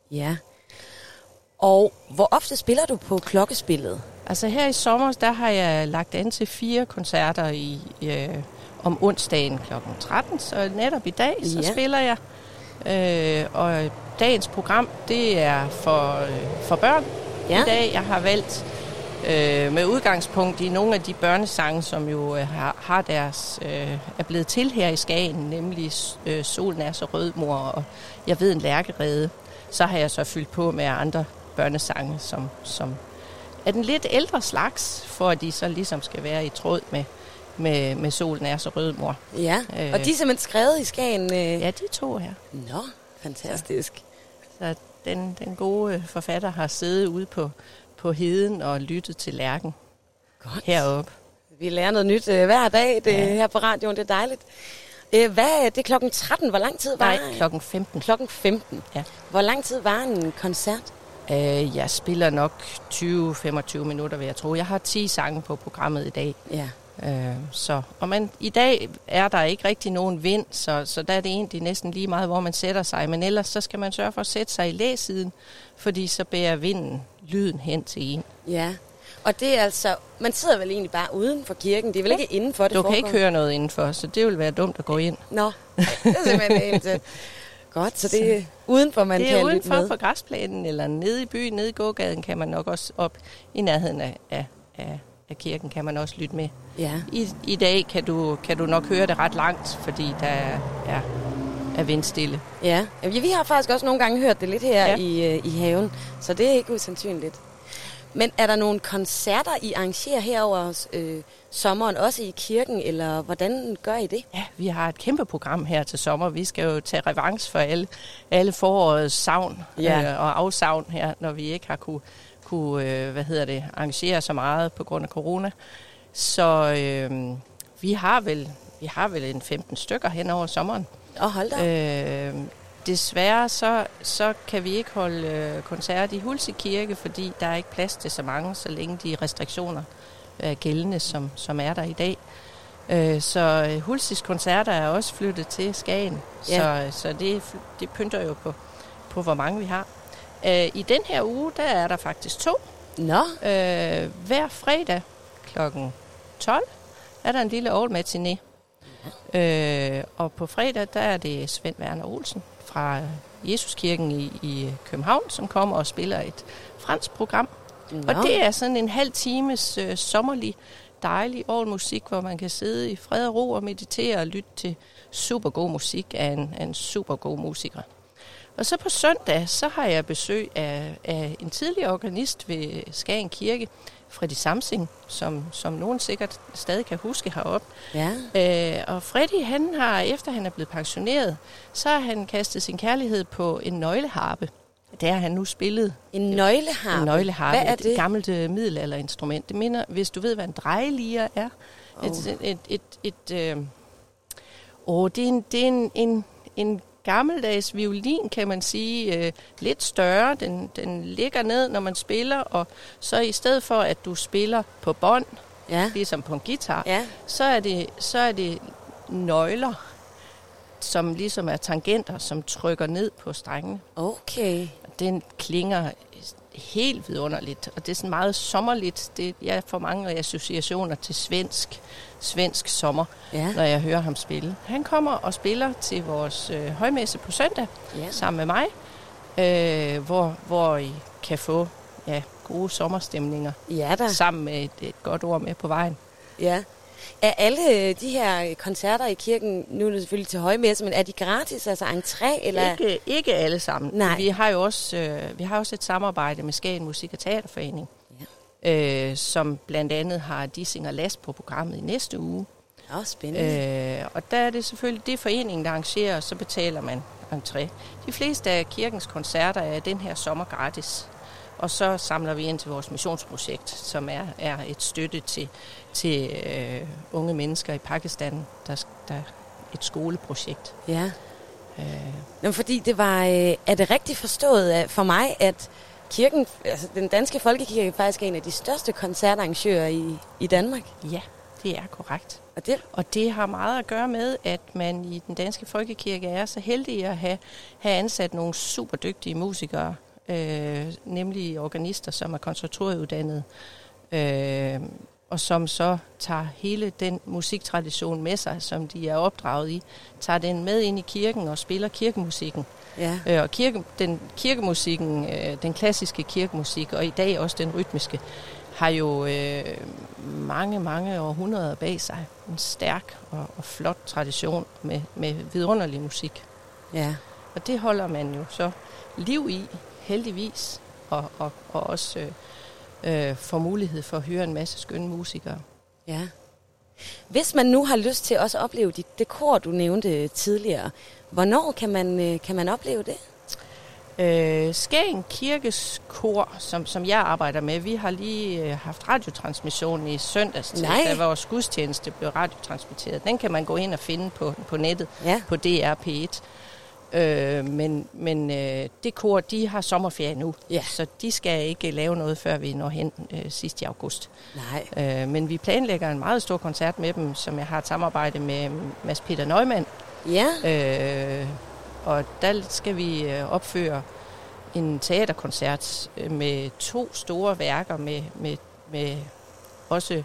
Ja. Og hvor ofte spiller du på klokkespillet? Altså her i sommer, der har jeg lagt an til 4 koncerter om onsdagen kl. 13, så netop i dag, så spiller jeg. Og dagens program, det er for børn i dag. Jeg har valgt med udgangspunkt i nogle af de børnesange, som jo har deres er blevet til her i Skagen, nemlig Solen er så rød, mor, og Jeg ved en lærkerede. Så har jeg så fyldt på med andre børnesange, som er den lidt ældre slags, for at de så ligesom skal være i tråd med Solen er så rød, mor. Ja, og de er simpelthen skrevet i Skagen? Ja, de 2 her. Nå, fantastisk. Så den gode forfatter har siddet ude på heden og lyttet til lærken. Godt. Heroppe. Vi lærer noget nyt hver dag her på radioen, det er dejligt. Det er klokken 13, hvor lang tid var det? Nej, klokken 15. Klokken 15. Ja. Hvor lang tid var en koncert? Jeg spiller nok 20-25 minutter, vil jeg tro. Jeg har 10 sange på programmet i dag. Ja. I dag er der ikke rigtig nogen vind, så der er det egentlig næsten lige meget, hvor man sætter sig. Men ellers så skal man sørge for at sætte sig i læsiden, fordi så bærer vinden lyden hen til en. Ja, og det er altså, man sidder vel egentlig bare uden for kirken, det er vel ikke indenfor det Du foregår? kan ikke høre noget indenfor, så det vil være dumt at gå ind. Nå, det er simpelthen helt godt, så det er udenfor, man kan lytte med. Det er udenfor på græsplænen, eller nede i byen, nede i gågaden, kan man nok også op i nærheden af kirken, kan man også lytte med. Ja. I dag kan du nok høre det ret langt, fordi der er vindstille. Ja, vi har faktisk også nogle gange hørt det lidt her i haven, så det er ikke usandsynligt. Men er der nogle koncerter, I arrangerer herover sommeren, også i kirken, eller hvordan gør I det? Ja, vi har et kæmpe program her til sommer. Vi skal jo tage revanche for alle forårets savn og afsavn her, når vi ikke har kunne arrangere så meget på grund af corona. Så vi har vel en 15 stykker hen over sommeren. Hold da. Desværre så kan vi ikke holde koncert i Hulsig Kirke, fordi der er ikke plads til så mange, så længe de restriktioner er gældende, som er der i dag. Så Hulsigs koncerter er også flyttet til Skagen, så det pynter jo på, hvor mange vi har. I den her uge, der er der faktisk 2. Nå. Hver fredag kl. 12 er der en lille old-matiné. Og på fredag, der er det Svend Werner Olsen fra Jesuskirken i København, som kommer og spiller et fransk program. Nå. Og det er sådan en halv times sommerlig, dejlig musik, hvor man kan sidde i fred og ro og meditere og lytte til super god musik af en super god musiker. Og så på søndag, så har jeg besøg af en tidligere organist ved Skagen Kirke, Freddy Samsing, som nogen sikkert stadig kan huske heroppe. Ja. Og Freddy, han har, efter han er blevet pensioneret, så har han kastet sin kærlighed på en nøgleharpe. Det har han nu spillet. En nøgleharpe? En nøgleharpe. Hvad er det? Et gammelt middelalderinstrument. Det minder, hvis du ved, hvad en drejelier er. Det er en gammeldags violin, kan man sige, lidt større. Den ligger ned, når man spiller, og så i stedet for, at du spiller på bånd, ligesom på en guitar, så er det nøgler, som ligesom er tangenter, som trykker ned på strengene. Okay. Den klinger helt vidunderligt, og det er sådan meget sommerligt. Jeg får mange associationer til svensk sommer, når jeg hører ham spille. Han kommer og spiller til vores højmesse på søndag sammen med mig, hvor I kan få gode sommerstemninger sammen med et godt ord med på vejen. Ja. Er alle de her koncerter i kirken, nu er det selvfølgelig til højmesse, men er de gratis, altså entré? Eller? Ikke alle sammen. Nej. Vi har også et samarbejde med Skagen Musik- og Teaterforening, som blandt andet har Dissing og Last på programmet i næste uge. Spændende. Og der er det selvfølgelig det foreningen, der arrangerer, og så betaler man entré. De fleste af kirkens koncerter er den her sommer gratis. Og så samler vi ind til vores missionsprojekt, som er et støtte til unge mennesker i Pakistan, der er et skoleprojekt. Ja. Fordi det var, er det rigtigt forstået for mig, at kirken, altså den danske folkekirke, faktisk er en af de største koncertarrangører i Danmark? Ja, Det er korrekt. Og det har meget at gøre med, at man i den danske folkekirke er så heldig at have ansat nogle super dygtige musikere, nemlig organister, som er konservatorieuddannede, og som så tager hele den musiktradition med sig, som de er opdraget i, tager den med ind i kirken og spiller kirkemusikken. Ja. Og kirkemusikken, den klassiske kirkemusik, og i dag også den rytmiske, har jo mange, mange århundreder bag sig. En stærk og flot tradition med vidunderlig musik. Ja. Og det holder man jo så liv i, heldigvis, og også får mulighed for at høre en masse skønne musikere. Ja. Hvis man nu har lyst til også at opleve det kor, du nævnte tidligere, hvornår kan man opleve det? Skagen Kirkes kor, som jeg arbejder med, vi har lige haft radiotransmission i søndags, da vores gudstjeneste blev radiotransmitteret. Den kan man gå ind og finde på nettet, på DR P1. Men det kor, de har sommerferie nu, så de skal ikke lave noget, før vi når hen sidst i august. Nej. Men vi planlægger en meget stor koncert med dem, som jeg har et samarbejde med Mads Peter Neumann. Ja. Og der skal vi opføre en teaterkoncert med 2 store værker, med også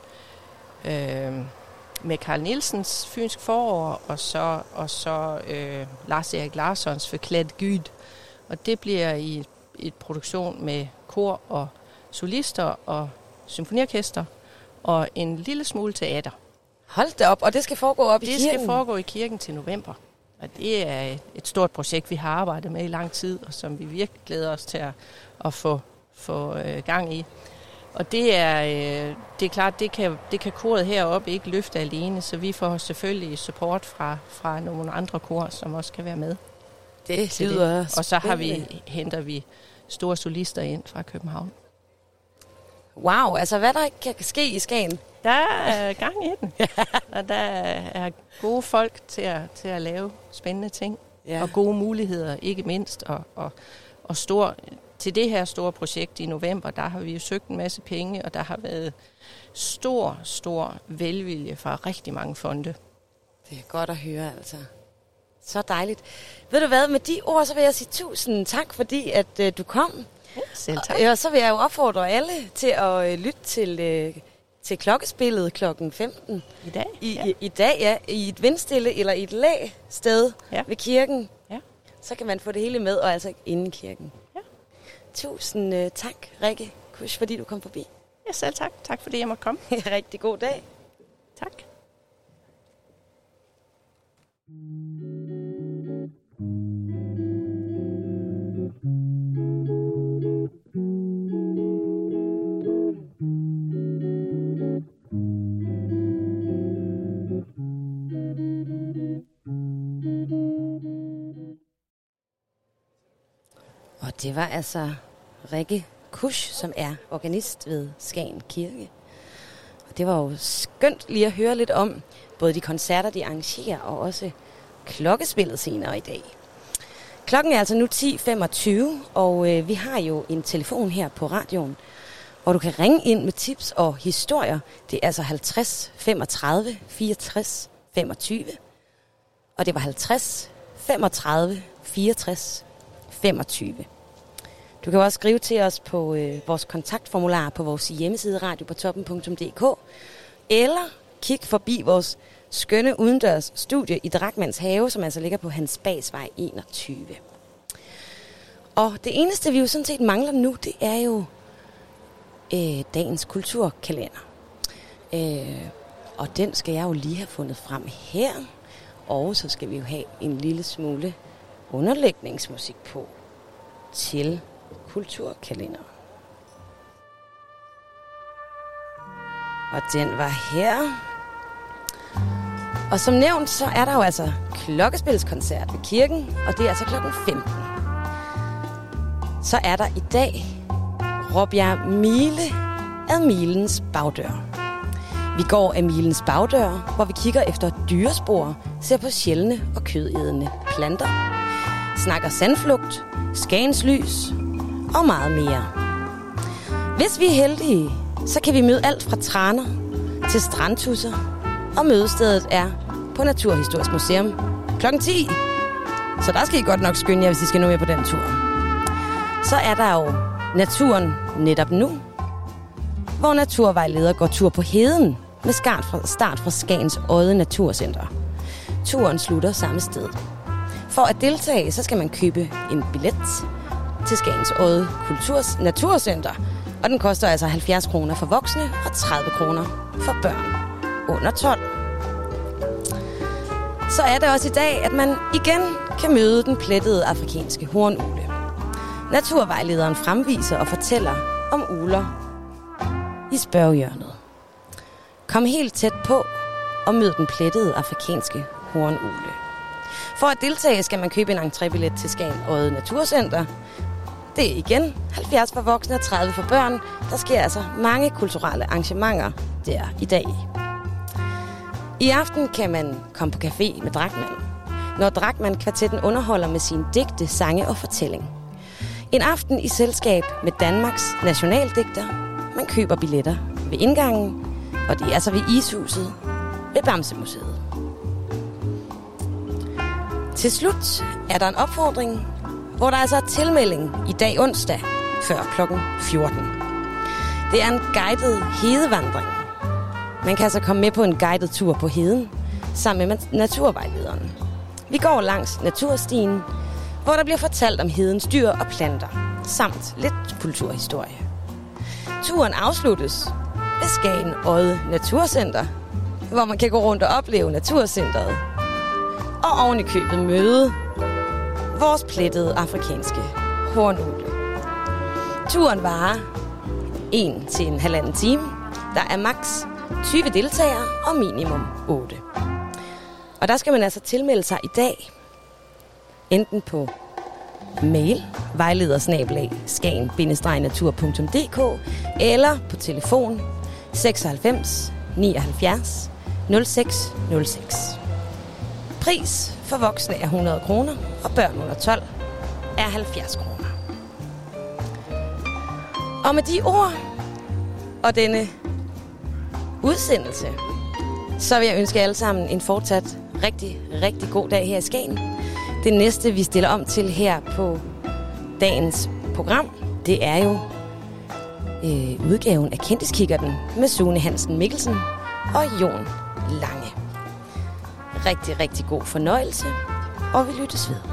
med Carl Nielsens Fynsk forår, og så Lars Erik Larssons Forklædt Gyd. Og det bliver i et produktion med kor og solister og symfoniorkester og en lille smule teater. Hold da op, og det skal foregå op i kirken? Det skal foregå i kirken til november. Og det er et stort projekt, vi har arbejdet med i lang tid, og som vi virkelig glæder os til at få gang i. Og det er klart, det kan koret heroppe ikke løfte alene, så vi får selvfølgelig support fra nogle andre kor, som også kan være med. Det lyder og så henter vi store solister ind fra København. Wow, altså hvad der ikke kan ske i Skagen? Der er gang i den, og der er gode folk til at lave spændende ting, og gode muligheder, ikke mindst, og til det her store projekt i november, der har vi jo søgt en masse penge, og der har været stor velvilje fra rigtig mange fonde. Det er godt at høre, altså. Så dejligt. Ved du hvad, med de ord, så vil jeg sige 1000 tak, fordi at du kom. Ja, selv tak. Og så vil jeg jo opfordre alle til at lytte til klokkespillet klokken 15. I dag? I dag, ja. I et vindstille eller i et læ sted ved kirken. Ja. Så kan man få det hele med, og altså inde i kirken. Ja. 1000 tak, Rikke Kusch, fordi du kom forbi. Ja, selv tak. Tak fordi jeg måtte komme. Rigtig god dag. Tak. Og det var altså Rikke Kusch, som er organist ved Skagen Kirke. Og det var jo skønt lige at høre lidt om både de koncerter, de arrangerer, og også klokkespillet senere i dag. Klokken er altså nu 10:25, og vi har jo en telefon her på radioen, hvor du kan ringe ind med tips og historier. Det er altså 50 35 64 25, og det var 50 35 64 25. Du kan også skrive til os på vores kontaktformular på vores hjemmeside radioportoppen.dk, eller kig forbi vores skønne udendørs studie i Drachmanns Have, som altså ligger på Hans Bagsvej 21. Og det eneste, vi jo sådan set mangler nu, det er jo dagens kulturkalender. Og den skal jeg jo lige have fundet frem her. Og så skal vi jo have en lille smule underlægningsmusik på til kulturkalender. Og den var her. Og som nævnt, så er der jo altså klokkespilskoncert ved kirken, og det er altså klokken 15. Så er der i dag Råbjerg Mile ad Milens bagdør. Vi går af Milens bagdør, hvor vi kigger efter dyrespor, ser på sjældne og kødædende planter, snakker sandflugt, Skagens lys og meget mere. Hvis vi er heldige, så kan vi møde alt fra traner til strandtusser og mødestedet er på Naturhistorisk Museum kl. 10. Så der skal I godt nok skynde jer, hvis I skal nå med på den tur. Så er der jo naturen netop nu, hvor naturvejleder går tur på heden med start fra Skagens Odde Naturcenter. Turen slutter samme sted. For at deltage, så skal man købe en billet til Skagens Odde Naturcenter, og den koster altså 70 kroner for voksne og 30 kroner for børn under 12. Så er det også i dag, at man igen kan møde den plettede afrikanske hornugle. Naturvejlederen fremviser og fortæller om ugler i spørgehjørnet. Kom helt tæt på og mød den plettede afrikanske hornugle. For at deltage skal man købe en entrébillet til Skagen Odde Naturcenter. Det er igen 70 for voksne og 30 for børn. Der sker altså mange kulturelle arrangementer der i dag. I aften kan man komme på café med Drachmann, når Drachmann-kvartetten underholder med sine digte, sange og fortælling. En aften i selskab med Danmarks nationaldigter. Man køber billetter ved indgangen, og det er altså ved Ishuset ved Bamsemuseet. Til slut er der en opfordring, hvor der altså er tilmelding i dag onsdag før kl. 14. Det er en guided hedevandring. Man kan altså komme med på en guided tur på heden sammen med naturvejlederen. Vi går langs naturstien, hvor der bliver fortalt om hedens dyr og planter, samt lidt kulturhistorie. Turen afsluttes ved Skagen Odde Naturcenter, hvor man kan gå rundt og opleve Naturcenteret, og oven i købet møde vores plettede afrikanske hornugle. Turen varer 1 til 1,5 time. Der er maks 20 deltagere og minimum 8. Og der skal man altså tilmelde sig i dag, enten på mail vejleder@skagen-natur.dk eller på telefon 96 79 06 06. Pris for voksne er 100 kroner, og børn under 12 er 70 kroner. Og med de ord og denne udsendelse, så vil jeg ønske alle sammen en fortsat rigtig, rigtig god dag her i Skagen. Det næste, vi stiller om til her på dagens program, det er jo udgaven af Kendiskikkerten med Sune Hansen Mikkelsen og Jon Lange. Rigtig, rigtig god fornøjelse, og vi lyttes ved.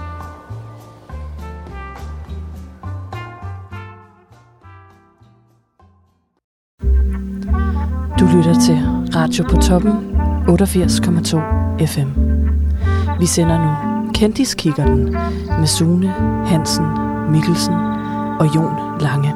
Du lytter til Radio på Toppen 88,2 FM. Vi sender nu Kendiskikkerten med Sune Hansen Mikkelsen og Jon Lange.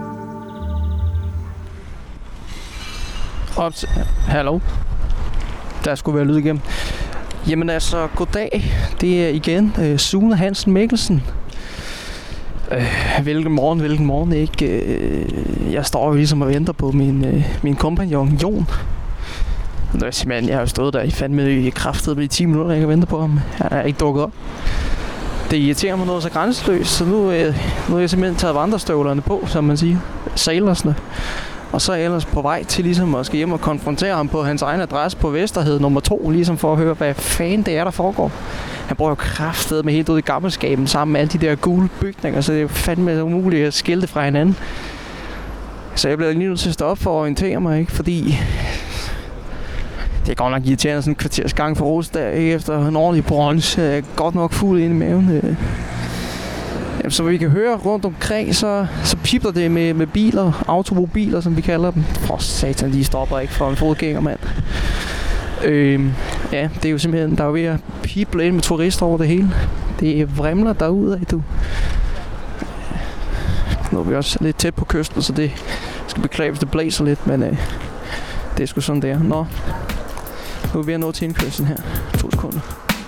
Hallo. Der skulle være lyd igennem. Jamen altså, goddag. Det er igen Sune Hansen Mikkelsen. Hvilken morgen, ikke? Jeg står jo ligesom og venter på min kompagnon Jon. Jeg har jo stået der i fandme kraftet med de 10 minutter, jeg kan vente på ham. Han er ikke dukket op. Det irriterer mig noget så grænseløst, så nu er jeg simpelthen taget vandrestøvlerne på, som man siger. Sailersne. Og så er jeg ellers på vej til ligesom at skal hjem og konfrontere ham på hans egen adresse på Vesterhed nummer 2, ligesom for at høre, hvad fanden det er, der foregår. Han bor jo kraftedet med helt ud i gammelskaben sammen med alle de der gule bygninger, så det er jo fandme umuligt at skilte fra hinanden. Så jeg bliver lige nødt til at stå op for at orientere mig, ikke? Fordi det er godt nok irriterende sådan en kvarters gang for Rosdag, ikke? Efter en ordentlig brunch. Jeg er godt nok fuld ind i maven. Jamen, så vi kan høre rundt omkring, så pipler det med biler, automobiler, som vi kalder dem. For satan, de stopper ikke for en fodgænger, mand. Ja, det er jo simpelthen, der er jo ved at pible ind med turister over det hele. Det vrimler derude af, du. Nu er vi også lidt tæt på kysten, så det skal beklage, hvis det blæser lidt, men det er sgu sådan, det er. Nå, nu er vi ved at nå til indkørslen her. 2 sekunder.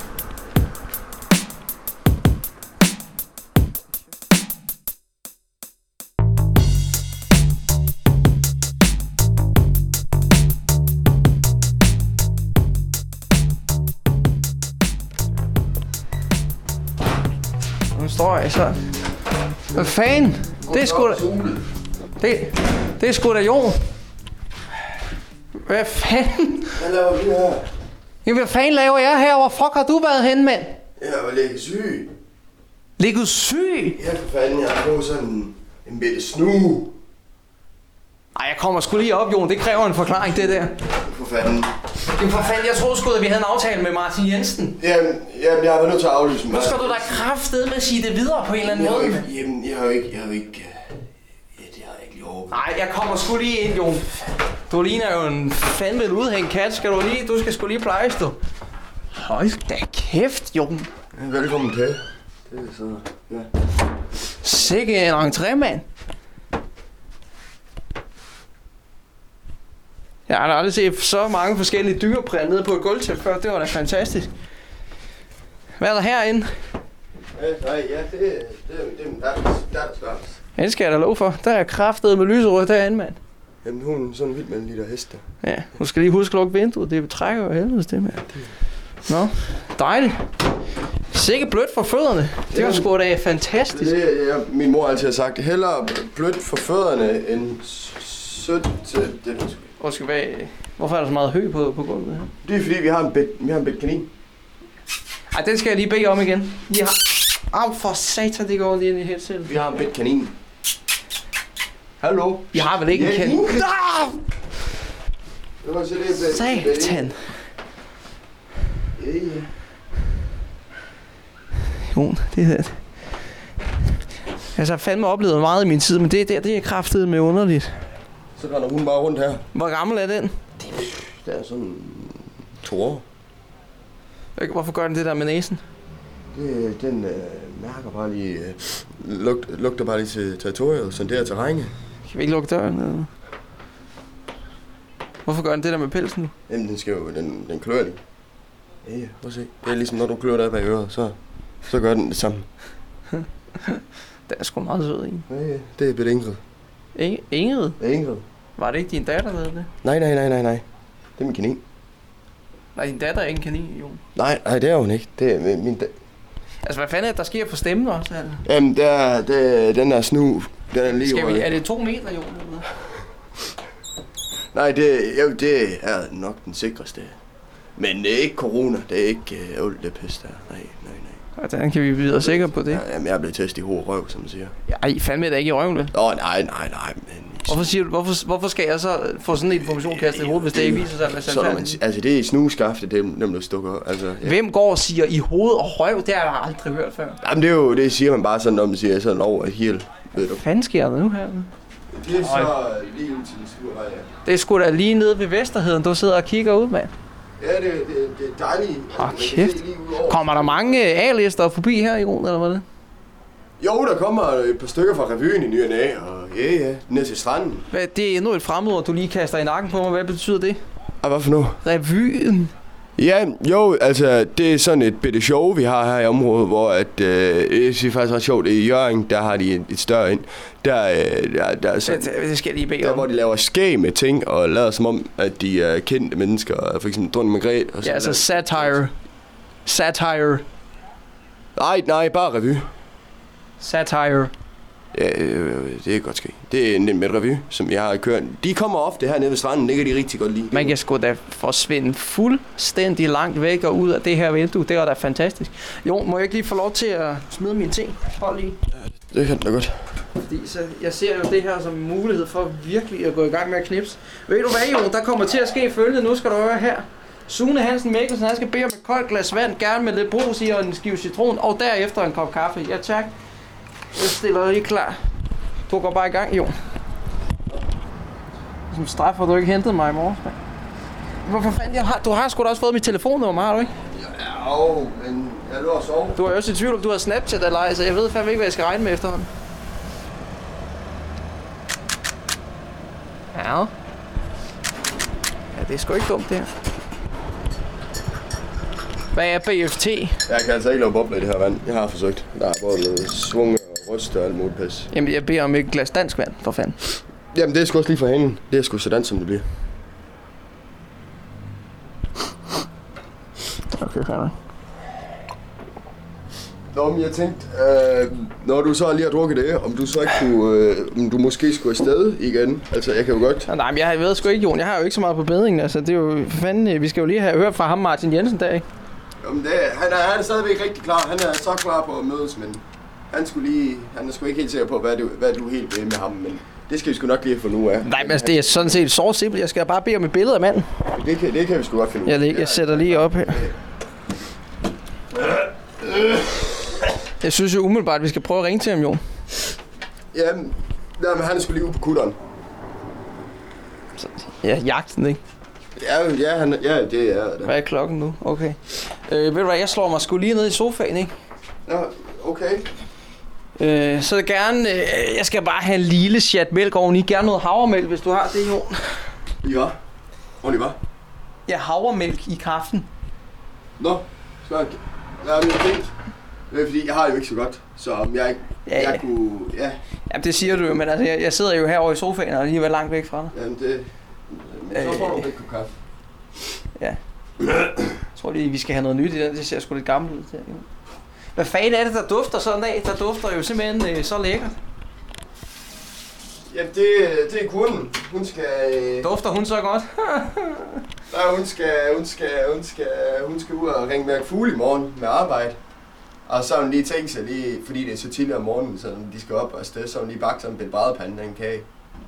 Nu står jeg så. Hvad fanden? Det er sgu da... Det er sgu da Jon. Hvad fanden? Hvad laver du her? Jamen, hvad fanden laver jeg her? Hvor fuck har du været henne, mand? Jeg var ligget syg. Ligget syg? Ja, for fanden, jeg har fået sådan en bitte snue. Ej, jeg kommer sgu lige op, Jon. Det kræver en forklaring, det der. For fanden. Jamen for fanden, jeg troede sgu, at vi havde en aftale med Martin Jensen. Jamen, jeg har været nødt til at aflyse mig. Nu skal du da kraftedeme sige det videre på en eller anden måde. Jamen, jeg har jo ikke... det har jeg ikke lige overbevist. Nej, jeg kommer sgu lige ind, Jon. Du ligner jo en fandme en udhængt kat. Du skal sgu lige plejes, du. Hold da kæft, Jon. Velkommen til. Det er så... Ja. Sikke en entré, mand. Jeg har aldrig set så mange forskellige dyreprint nede på et gulvtæppe før. Det var da fantastisk. Hvad er der herinde? Det er min datters værelse. Det skal jeg da love for. Der er kraftet med lyserød derinde, mand. Jamen, hun er sådan vild med en liter heste. Ja, du skal lige huske at lukke vinduet. Det trækker jo helvedes det, mand. Nå, dejligt. Sikke blødt for fødderne. Det var sgu da fantastisk. Min mor altid har sagt, hellere blødt for fødderne end sødt til det. Hvorfor er der så meget hø på gulvet her? Det er fordi, vi har en bæk kanin. Ej, den skal jeg lige bede om igen. Au, for satan, det går lige ind i headsetet. Vi har en bæk kanin. Hallo? Vi har vel ikke en kanin? Satan. Ja. Jo, det er det. Altså, jeg har fandme oplevet meget i min tid, men det er kraftedet med underligt. Så render hun bare rundt her. Hvor gammel er den? Det er sådan 2 år. Hvorfor gør den det der med næsen? Den mærker bare lige, lugter bare lige til territoriet, sonderer terrænet. Kan vi ikke lukke døren? Eller? Hvorfor gør den det der med pelsen nu? Jamen, den klør lige. Ja, prøv at se. Det er ligesom, når du klør der bag øret, så gør den det samme. Den er sgu meget sød, ikke? Ja, det er Bette Ingrid. Ingrid? Ja, Ingrid. Var det ikke din datter, der havde det? Nej. Det er min kanin. Nej, din datter er ikke en kanin, jo. Nej, det er hun ikke. Det er min Altså, hvad fanden er det, der sker for stemmen også? Altså? Jamen, den er snu. Den er lige er det 2 meter, jo? Eller? Nej, det er nok den sikreste. Men det er ikke corona. Det er ikke det er pest der. Nej. Hvordan kan vi vide sikre på det? Ja, jamen, jeg er blevet testet i hoved og røv, som man siger. Ej, fandme da ikke i røven, vel? Nej, men... Hvorfor siger du, hvorfor skal jeg så få sådan en information kastet i hovedet, hvis det ikke viser sig at være sandt? Altså, det er snugeskaftet, det er nemt at stukke. Altså, ja. Hvem går og siger i hoved og røv? Det har jeg aldrig hørt før. Jamen, det siger man bare sådan, når man siger sådan over helt, ved du. Hvad fanden sker der nu her? Det er så lige ud til den store vej, ja. Det er sgu da lige nede ved Vesterheden, du sidder og kigger ud, mand. Ja, det er dejligt. Kæft. Kommer der mange A-lister forbi her i Jon, eller hvad det? Jo, der kommer et par stykker fra revyen i ny og næ, og ja, ned til stranden. Det er endnu et fremmedord, du lige kaster i nakken på mig. Hvad betyder det? Hvad for noget? Revyen? Ja, jo, altså, det er sådan et bitte show, vi har her i området, hvor jeg synes faktisk ret sjovt, i Hjørring, der har de et større ind. Der er sådan, det skal jeg lige bede der, om. hvor de laver skæg med ting, og lader som om, at de er kendte mennesker, for eksempel Dronning Margrethe. Og ja, altså satire. Nej, bare revy. Satire. Ja, det er godt ske. Det er en med revy, som jeg har kørt. De kommer ofte hernede ved stranden, det kan de rigtig godt lide. Man kan sgu da forsvinde fuldstændig langt væk og ud af det her vindue. Det var da fantastisk. Jo, må jeg ikke lige få lov til at smide mine ting? Hold lige. Ja, det kan da godt. Fordi så jeg ser jo det her som en mulighed for virkelig at gå i gang med at knipse. Ved du hvad, Jo? Der kommer til at ske følgende. Nu skal du høre her. Sune Hansen Mikkelsen, han skal bede om et koldt glas vand, gerne med lidt brus i og en skive citron, og derefter en kop kaffe. Ja, tak. Jeg stiller lige klar. Du går bare i gang, Jo. Som straf har du ikke hentet mig i morges. Hvorfor fanden? Du har sgu da også fået mit telefonnummer, har du ikke? Ja, men jeg lå og sove. Du er jo også i tvivl, om du har Snapchat eller ej, så jeg ved fandme ikke, hvad jeg skal regne med efterhånden. Ja. Ja, det er sgu ikke dumt, det her. Hvad er BFT? Jeg kan altså ikke lave bobler i det her vand. Jeg har forsøgt. Der er både noget svung og ryst og alt muligt pas. Jamen, jeg beder om et glas dansk vand, for fanden. Jamen, det er sgu også lige for hende. Det er sgu så dansk, som det bliver. Okay, fair. Nå, men jeg tænkte, når du så lige har drukket det, om du så ikke kunne, om du måske skulle afsted igen. Altså, jeg kan jo godt... Nej, men jeg ved sgu ikke, Jon. Jeg har jo ikke så meget på bedringen. Altså, det er jo fanden... Vi skal jo lige have hørt fra ham, Martin Jensen, der, ikke? Jamen, han er stadigvæk rigtig klar. Han er så klar på at mødes, men han er sgu ikke helt sikker på, hvad du helt vil med ham, men det skal vi sgu nok lige få nu af. Nej, men altså, det er sådan set så simpelt. Jeg skal bare bede om et billede af manden. Det kan vi sgu godt finde ud af. Jeg sætter lige op her. Jeg synes jo umiddelbart, at vi skal prøve at ringe til ham, Jon. Jamen, han er sgu lige ude på kutteren. Ja, jagten, ikke? Ja, det er det. Hvad er klokken nu? Okay. Ved du hvad, jeg slår mig sgu lige ned i sofaen, ikke? Ja, okay. Så er det gerne... jeg skal bare have en lille chat mælk oveni. Gerne noget havremælk, hvis du har det, Jon. Ja. Ordentligt, hvad? Ja, havremælk i kaffen. Nå, smart. Ja, men jeg tænkte... Det er fordi, jeg har det jo ikke så godt, så om jeg ikke... Jeg kunne... Ja. Jamen, det siger du jo, men altså, jeg sidder jo herovre i sofaen og er alligevel langt væk fra dig. Jamen, det... Så får du ikke kop kaffe. Ja. Jeg tror lige, vi skal have noget nyt i den. Det ser sgu lidt gammelt ud til. Hvad fanden er det, der dufter sådan af? Der dufter jo simpelthen så lækkert. Jamen, det er kunden. Hun skal... Dufter hun så godt? Nej, hun skal ud og ringe med fugle i morgen med arbejde. Og så har hun lige tænkt sig, lige, fordi det er så tidligt om morgenen, så de skal op og afsted, så har hun lige bagt sådan en brædepande af en kage.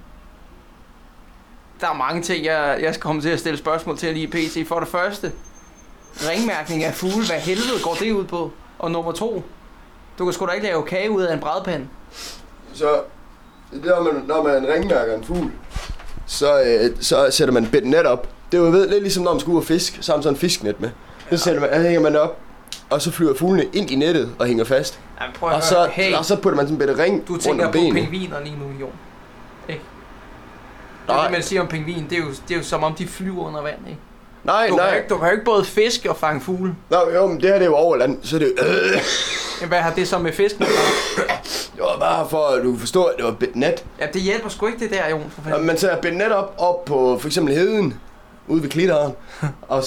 Der er mange ting, jeg skal komme til at stille spørgsmål til lige i PC. For det første, ringmærkning af fugle, hvad helvede går det ud på? Og nummer 2, du kan sgu da ikke lave kage ud af en brædepande. Så når man ringmærker en fugl, så sætter man et net op. Det er jo lidt ligesom når man skal ud og fisk, så har man sådan en fisknet med. Så hænger man op, og så flyver fuglene ind i nettet og hænger fast. Jamen, og så putter man sådan en bitte ring rundt om benene. Du tænker på pingviner lige nu, Jon. Ikke? Det man siger om pingvin, det er jo som om de flyver under vand, ikke? Nej. Du kan jo ikke både fiske og fange fugle. Nå, jo, men det her det er jo overland, så det Men hvad har det så med fisken? Det var bare for, at du forstår, at det var et net. Ja, det hjælper sgu ikke det der, Jon. Ja, man sætter et net op på for eksempel heden, ude ved klitteren, og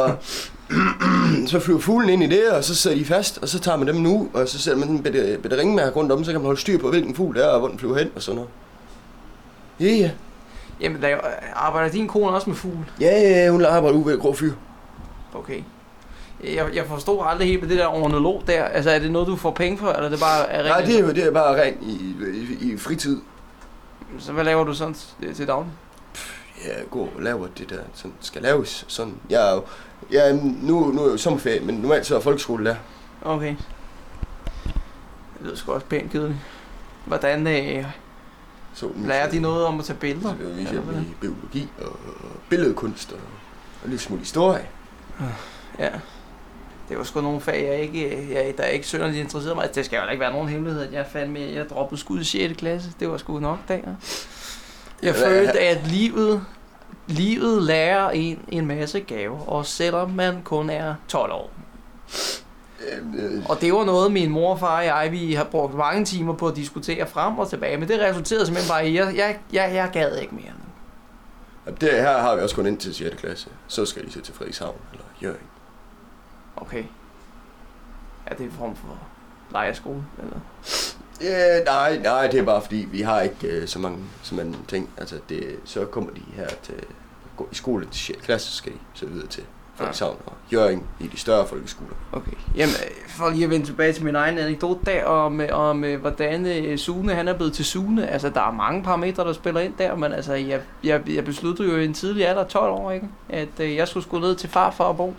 så flyver fuglen ind i det, og så sidder de fast, og så tager man dem nu, og så sætter man en bitte ringmærke rundt om, så kan man holde styr på, hvilken fugl det er, og hvor den flyver hen, og sådan noget. Ja. Jamen, der arbejder din kone også med fugle? Ja, hun arbejder ude ved Grå Fyr. Okay. Jeg forstod aldrig helt med det der ornitolog der. Altså, er det noget, du får penge for, eller er det bare rent? Nej, det er bare rent i fritid. Så hvad laver du sådan til daglig? Ja, gå og laver det der, sådan skal laves. Sådan. Nu er jo sommerferie, men normalt så er folkeskole der. Okay. Det lyder sgu også pænt kedeligt. Hvordan lærer de noget om at tage billeder? Så vi viser biologi og billedkunst og lidt smule historie. Ja. Det var sgu nogle fag, der er ikke synderligt interesseret mig. Det skal jo ikke være nogen hemmelighed, at jeg droppede skud i 6. klasse. Det var sgu nok der. Jeg følte, at livet lærer en masse gaver, og selvom man kun er 12 år. Og det var noget, min mor og far og jeg, vi har brugt mange timer på at diskutere frem og tilbage, men det resulterede simpelthen bare i, jeg gad ikke mere nu. Det her har vi også kun ind til 6. klasse. Så skal de se til Frederikshavn eller Hjørring. Okay. Er det en form for lejerskole, eller? Ja, nej, det er bare fordi, vi har ikke så mange ting. Altså, så kommer de her til at gå i skole til 6. klasse, så skal de så videre til Frederikshavn og Hjørring i de større folkeskoler. Okay. Jamen, for lige at vende tilbage til min egen anekdote der, om hvordan Sune, han er blevet til Sune. Altså, der er mange parametre, der spiller ind der, men altså, jeg besluttede jo i en tidlig alder, 12 år, ikke? At jeg skulle sgu ned til farfar og bo.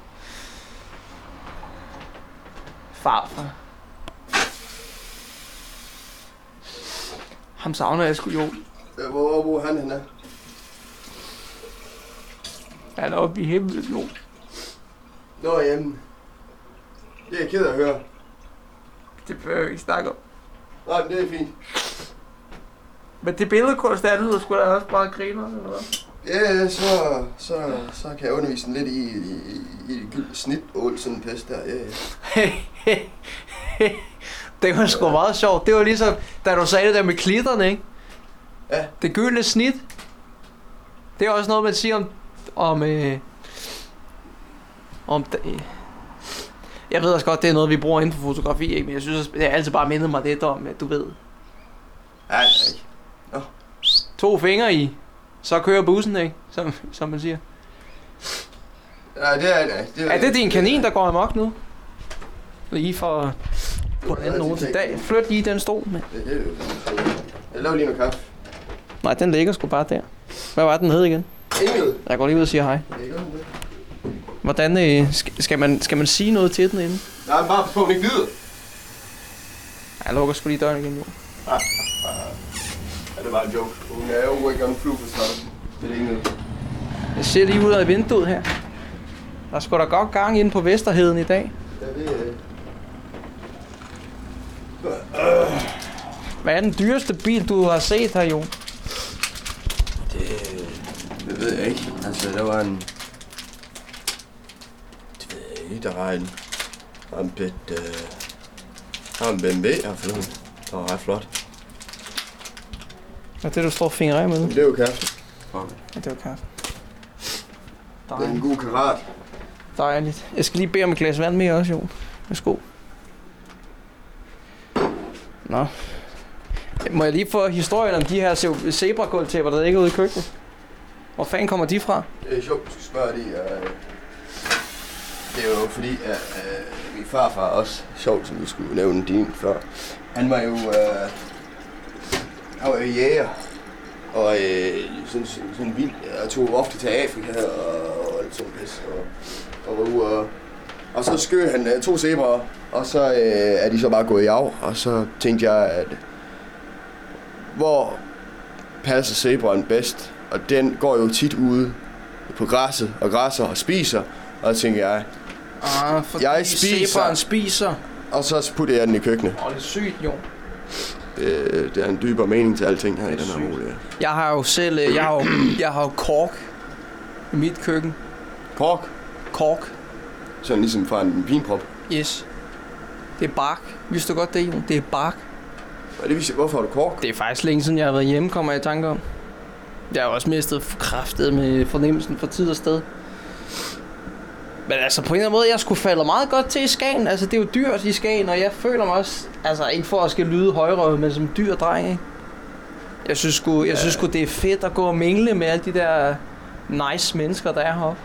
Farfar. Ham savner jeg sgu jo. Hvor bor han henne? Han er oppe i himlen, jo. Nå, jamen. Det er jeg ked af at høre. Det behøver jeg ikke snakke om. Nej, men det er fint. Men det billedkunst, der lyder sgu da også bare griner, eller hvad? Ja, så kan jeg undervise den lidt i gyldne snit og sådan en pest der. Ja. Det var sgu meget sjovt. Det var ligesom, da du sagde det der med klitterne, ikke? Ja. Det gyldne snit. Det er også noget, man siger om Jeg ved også godt, det er noget, vi bruger inden for fotografi, ikke? Men jeg synes, det har altid bare mindet mig lidt om, at du ved. Ja, 2 fingre i, så kører bussen, ikke? Som man siger. Nej, det er det. Er det din kanin, der går amok nu? Lige for på den anden note i dag. Flyt lige den stol med. Det er det. Jeg laver lige noget kaffe. Nej, den ligger sgu bare der. Hvad var den hed igen? Ingrid. Jeg går lige ud og siger hej. Hvordan skal man sige noget til den inden? Nej, men bare på, at den ikke lyder. Jeg lukker sgu lige døren igen, jo. Ja, det var en joke. Hun er jo ikke en flu for starten. Det er det ikke. Jeg ser lige ud af vinduet her. Der er sgu da godt gang inde på Vesterheden i dag. Ja, det Hvad er den dyreste bil, du har set her, Jon? Det ved jeg ikke. Altså, der var en... Det ved jeg ikke. Der var en BMW her forleden. Der var ret flot. Hvad er det, du står og fingrer af med nu? Det er jo kaffe. Ja, det er jo kaffe. Det er en god karat. Dejligt. Jeg skal lige bede om et glas vand mere også, Jon. Værsgo. Nå. Må jeg lige få historien om de her zebra-gulvtæpper, der ligger ude i køkkenet? Hvor fanden kommer de fra? Det er sjovt, du skal spørge det. Det er jo fordi, at min farfar også, sjovt som du skulle nævne din før, han var jo jæger, og sådan vild. Jeg tog ofte til Afrika og alt sådan pis, og var ude og så skød han 2 zebraer, og så er de så bare gået i af, og så tænkte jeg, at hvor passer zebraen bedst? Og den går jo tit ude på græsset og græsser og spiser, og så tænker jeg, jeg spiser, og så putter jeg den i køkkenet. Det er sygt, jo. Det er en dybere mening til alting her i den her mulighed. Jeg har jo selv, jeg har jo kork i mit køkken. Kork? Kork. Sådan ligesom fra en pinprop? Yes. Det er bark. Vidste du godt det, Jon? Det er bark. Hvorfor har du kork? Det er faktisk længe siden, jeg har været hjemme, kommer jeg i tanke om. Jeg har også mistet kraftet med fornemmelsen for tid og sted. Men altså på en eller anden måde, jeg skulle falde meget godt til i Skagen. Altså det er jo dyrt i Skagen, og jeg føler mig også, altså ikke for at skal lyde højrøvet, men som dyr dreng, ikke? Jeg synes sgu det er fedt at gå og mingle med alle de der nice mennesker, der er heroppe.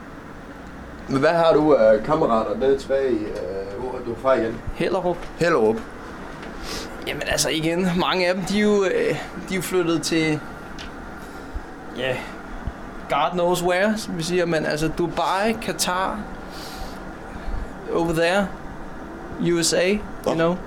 Men hvad har du af kammerater nede tilbage i, hvor du er fra igen? Hellerup. Jamen altså igen, mange af dem, de er jo flyttet til, ja, God knows where, som vi siger, men altså Dubai, Qatar, over there, USA, you know.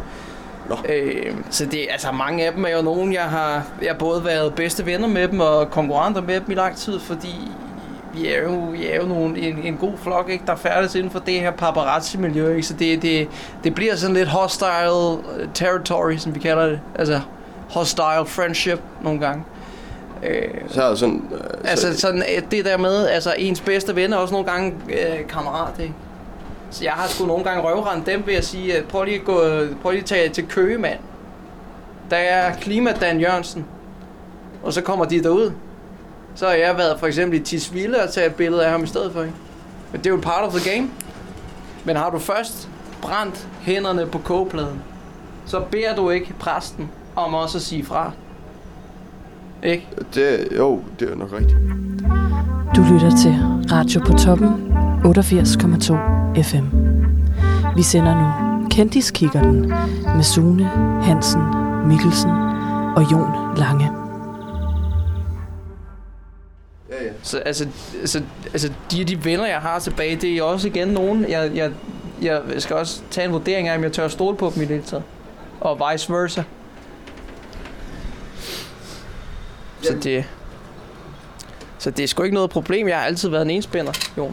Så det, altså mange af dem er jo nogen, jeg har både været bedste venner med dem og konkurrenter med dem i lang tid, fordi vi er jo en god flok, ikke, der færdes inden for det her paparazzi-miljø, ikke? Så det bliver sådan lidt hostile territory, som vi kalder det, altså hostile friendship nogle gange. Så er det sådan... sådan det der med, altså ens bedste ven er også nogle gange kammerat, ikke? Så jeg har sgu nogle gange røvrendt dem ved at sige, at prøv lige at tage til Køge, mand. Der er Klima Dan Jørgensen, og så kommer de derud. Så har jeg været for eksempel i Tisvilde og taget et billede af ham i stedet for, ikke? Men det er jo part of the game. Men har du først brændt hænderne på kogepladen, så beder du ikke præsten om også at sige fra. Ikke? Det er nok rigtigt. Du lytter til Radio på Toppen 88,2 FM. Vi sender nu Kendiskikkerten med Sune Hansen Mikkelsen og Jon Lange. Ja. Så altså de venner jeg har tilbage, det er også igen nogen jeg skal også tage en vurdering af, om jeg tør stole på dem i det hele taget. Og vice versa. Så det er sgu ikke noget problem. Jeg har altid været en enspænder, Jon.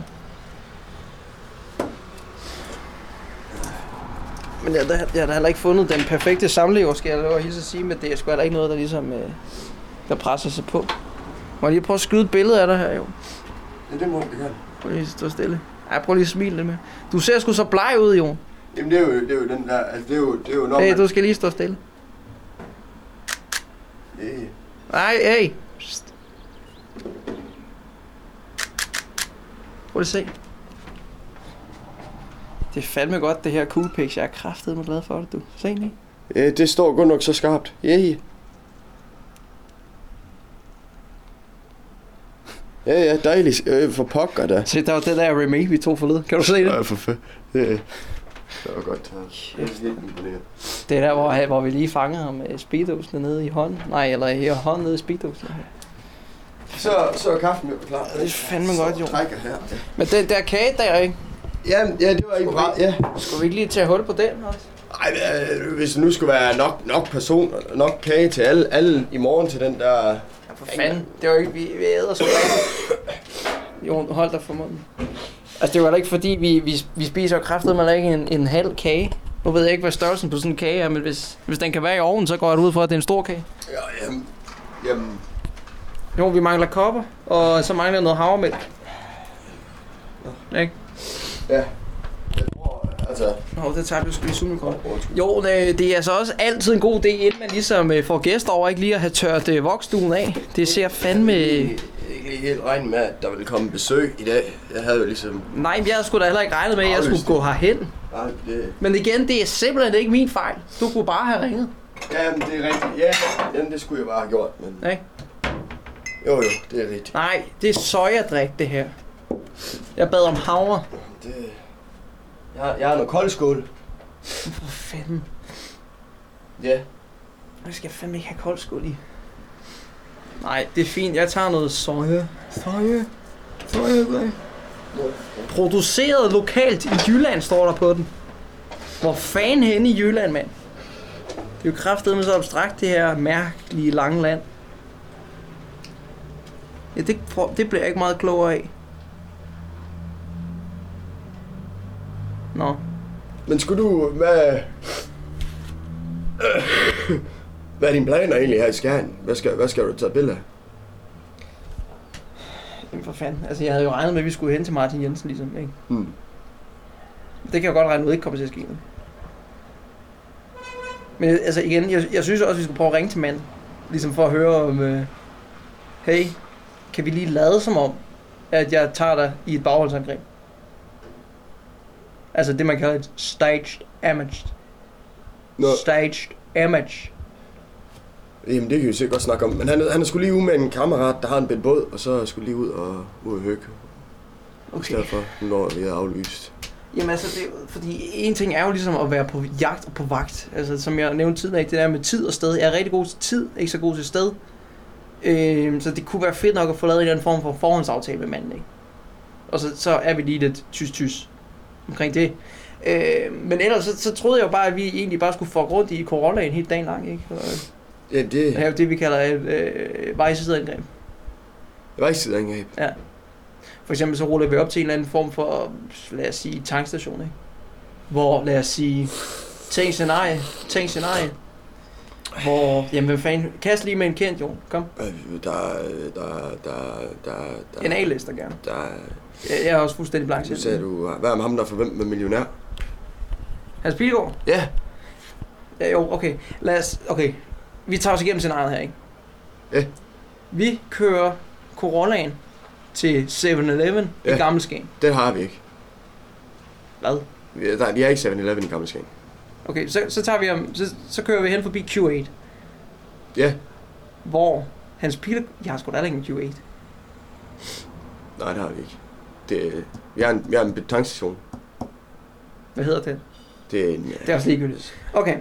Men jeg har da heller ikke fundet den perfekte samlever, skal jeg lov at sige, men det er sgu heller ikke noget, der ligesom der presser sig på. Må jeg lige prøve at skyde et billede af dig her, Jon? Ja, det må du gerne. Prøv lige at stå stille. Ej, prøv lige at smile lidt med. Du ser sgu så bleg ud, Jon. Jamen det er jo den der, altså det er jo når Hey, du skal lige stå stille. Nej, hey. Prøv at se. Det er fandme godt, det her Coolpix. Jeg er kraftedeme glad for det, du. Se lige. Det står godt nok så skarpt. Yeah. Ja, dejligt. For pokker da. Se, der var det der Remy, vi tog forleden. Kan du se det? Ja, for fedt. Det var godt. Det er helt imponerende. Det er der, hvor vi lige fangede ham med speedosen nede i hånden. Nej, eller i hånden nede i speedosen. Så er kaffen jo klar. Det er fandme godt, jo. Trækker her. Ja. Men den der kage der, ikke? Ja, det var ikke bra. Ja. Skulle vi ikke lige tage hul på den også? Ej, hvis det nu skulle være nok personer, nok kage til alle i morgen til den der... Ja, for fanden. Det var ikke, vi æder så Jo, hold dig for munden. Altså, det var da ikke fordi, vi spiser jo kraftedeme ikke en halv kage. Nu ved jeg ikke, hvad størrelsen på sådan en kage er, men hvis den kan være i ovnen, så går jeg ud fra, at det er en stor kage. Ja, jamen... Jo, vi mangler kopper, og så mangler noget havremælk. Ikke? Ja. Jeg tror, altså... Nå, det tager vi sgu lige summelkort. Jo, det er altså også altid en god idé, inden man ligesom får gæster over, ikke lige at have tørt voksstuen af. Det ser fandme... Jeg ikke lige helt regnet med, at der ville komme besøg i dag. Jeg havde jo ligesom... Nej, men jeg skulle da heller ikke regnet med, at jeg skulle gå herhen. Nej, det... Men igen, det er simpelthen ikke min fejl. Du kunne bare have ringet. Jamen, det er rigtigt. Ja, jamen, det skulle jeg bare have gjort, men... Nej. Jo, det er rigtigt. Nej, det er sojadrik, det her. Jeg bad om havre. Det... Jeg har noget koldskål. For fanden. Ja. Jeg skal fandme ikke have koldskål i. Nej, det er fint. Jeg tager noget soja. Soja. Produceret lokalt i Jylland, står der på den. Hvor fanden henne i Jylland, mand? Det er jo kraftedeme så abstrakt, det her mærkelige lange land. Ja, det bliver jeg ikke meget klogere af. Nå. Men skulle du... Hvad er dine planer egentlig her i Skjern? Hvad skal du tage billeder af? Jamen for fanden. Altså, jeg havde jo regnet med, at vi skulle hen til Martin Jensen, ligesom, ikke? Hmm. Det kan jeg godt regne ud, ikke kommer til at ske. Men altså igen, jeg synes også, at vi skulle prøve at ringe til manden. Ligesom for at høre om... hey, kan vi lige lade som om, at jeg tager dig i et bagholdsangreb? Altså det, man kalder et staged damage. Nå. Staged damage. Jamen, det kan vi sikkert godt snakke om. Men han er sgu lige ude med en kammerat, der har en båd, og så skulle lige ud og hygge. Okay. I stedet for, når vi er aflyst. Jamen altså, fordi en ting er jo ligesom at være på jagt og på vagt. Altså som jeg nævnte tidligere, det der med tid og sted. Jeg er rigtig god til tid, ikke så god til sted. Så det kunne være fedt nok at få lavet en eller anden form for forhåndsaftale med manden, ikke? Og så er vi lige lidt tys omkring det. Men ellers så troede jeg jo bare, at vi egentlig bare skulle få rundt i Corollaen hele dagen lang, ikke? Ja, det er jo det, vi kalder et vejsideangreb. Vejsideangreb? Ja. For eksempel så ruller vi op til en eller anden form for, lad os sige, tankstation, ikke? Hvor, lad os sige, tænk scenarie. Hvor, jamen hvad fanden, kast lige med en kendt, Jon, kom. Der En A-lister gerne. Jeg er også fuldstændig blank. Nu sagde du, hvad er ham, der forventer med millionær? Hans Pilgaard? Ja. Ja, jo, okay. Okay. Vi tager os igennem scenariet her, ikke? Ja. Vi kører Corollaen til 7-Eleven i Gammel Skagen. Den har vi ikke. Hvad? De er ikke 7-Eleven i Gammel Skagen. Okay, så tager vi så kører vi hen forbi Q8. Ja. Hvor Hans Pilgaard... Jeg har sgu da ikke en Q8. Nej, det har vi ikke. Vi har en tankstation. Hvad hedder det? Det er også ligegyldigt. Okay,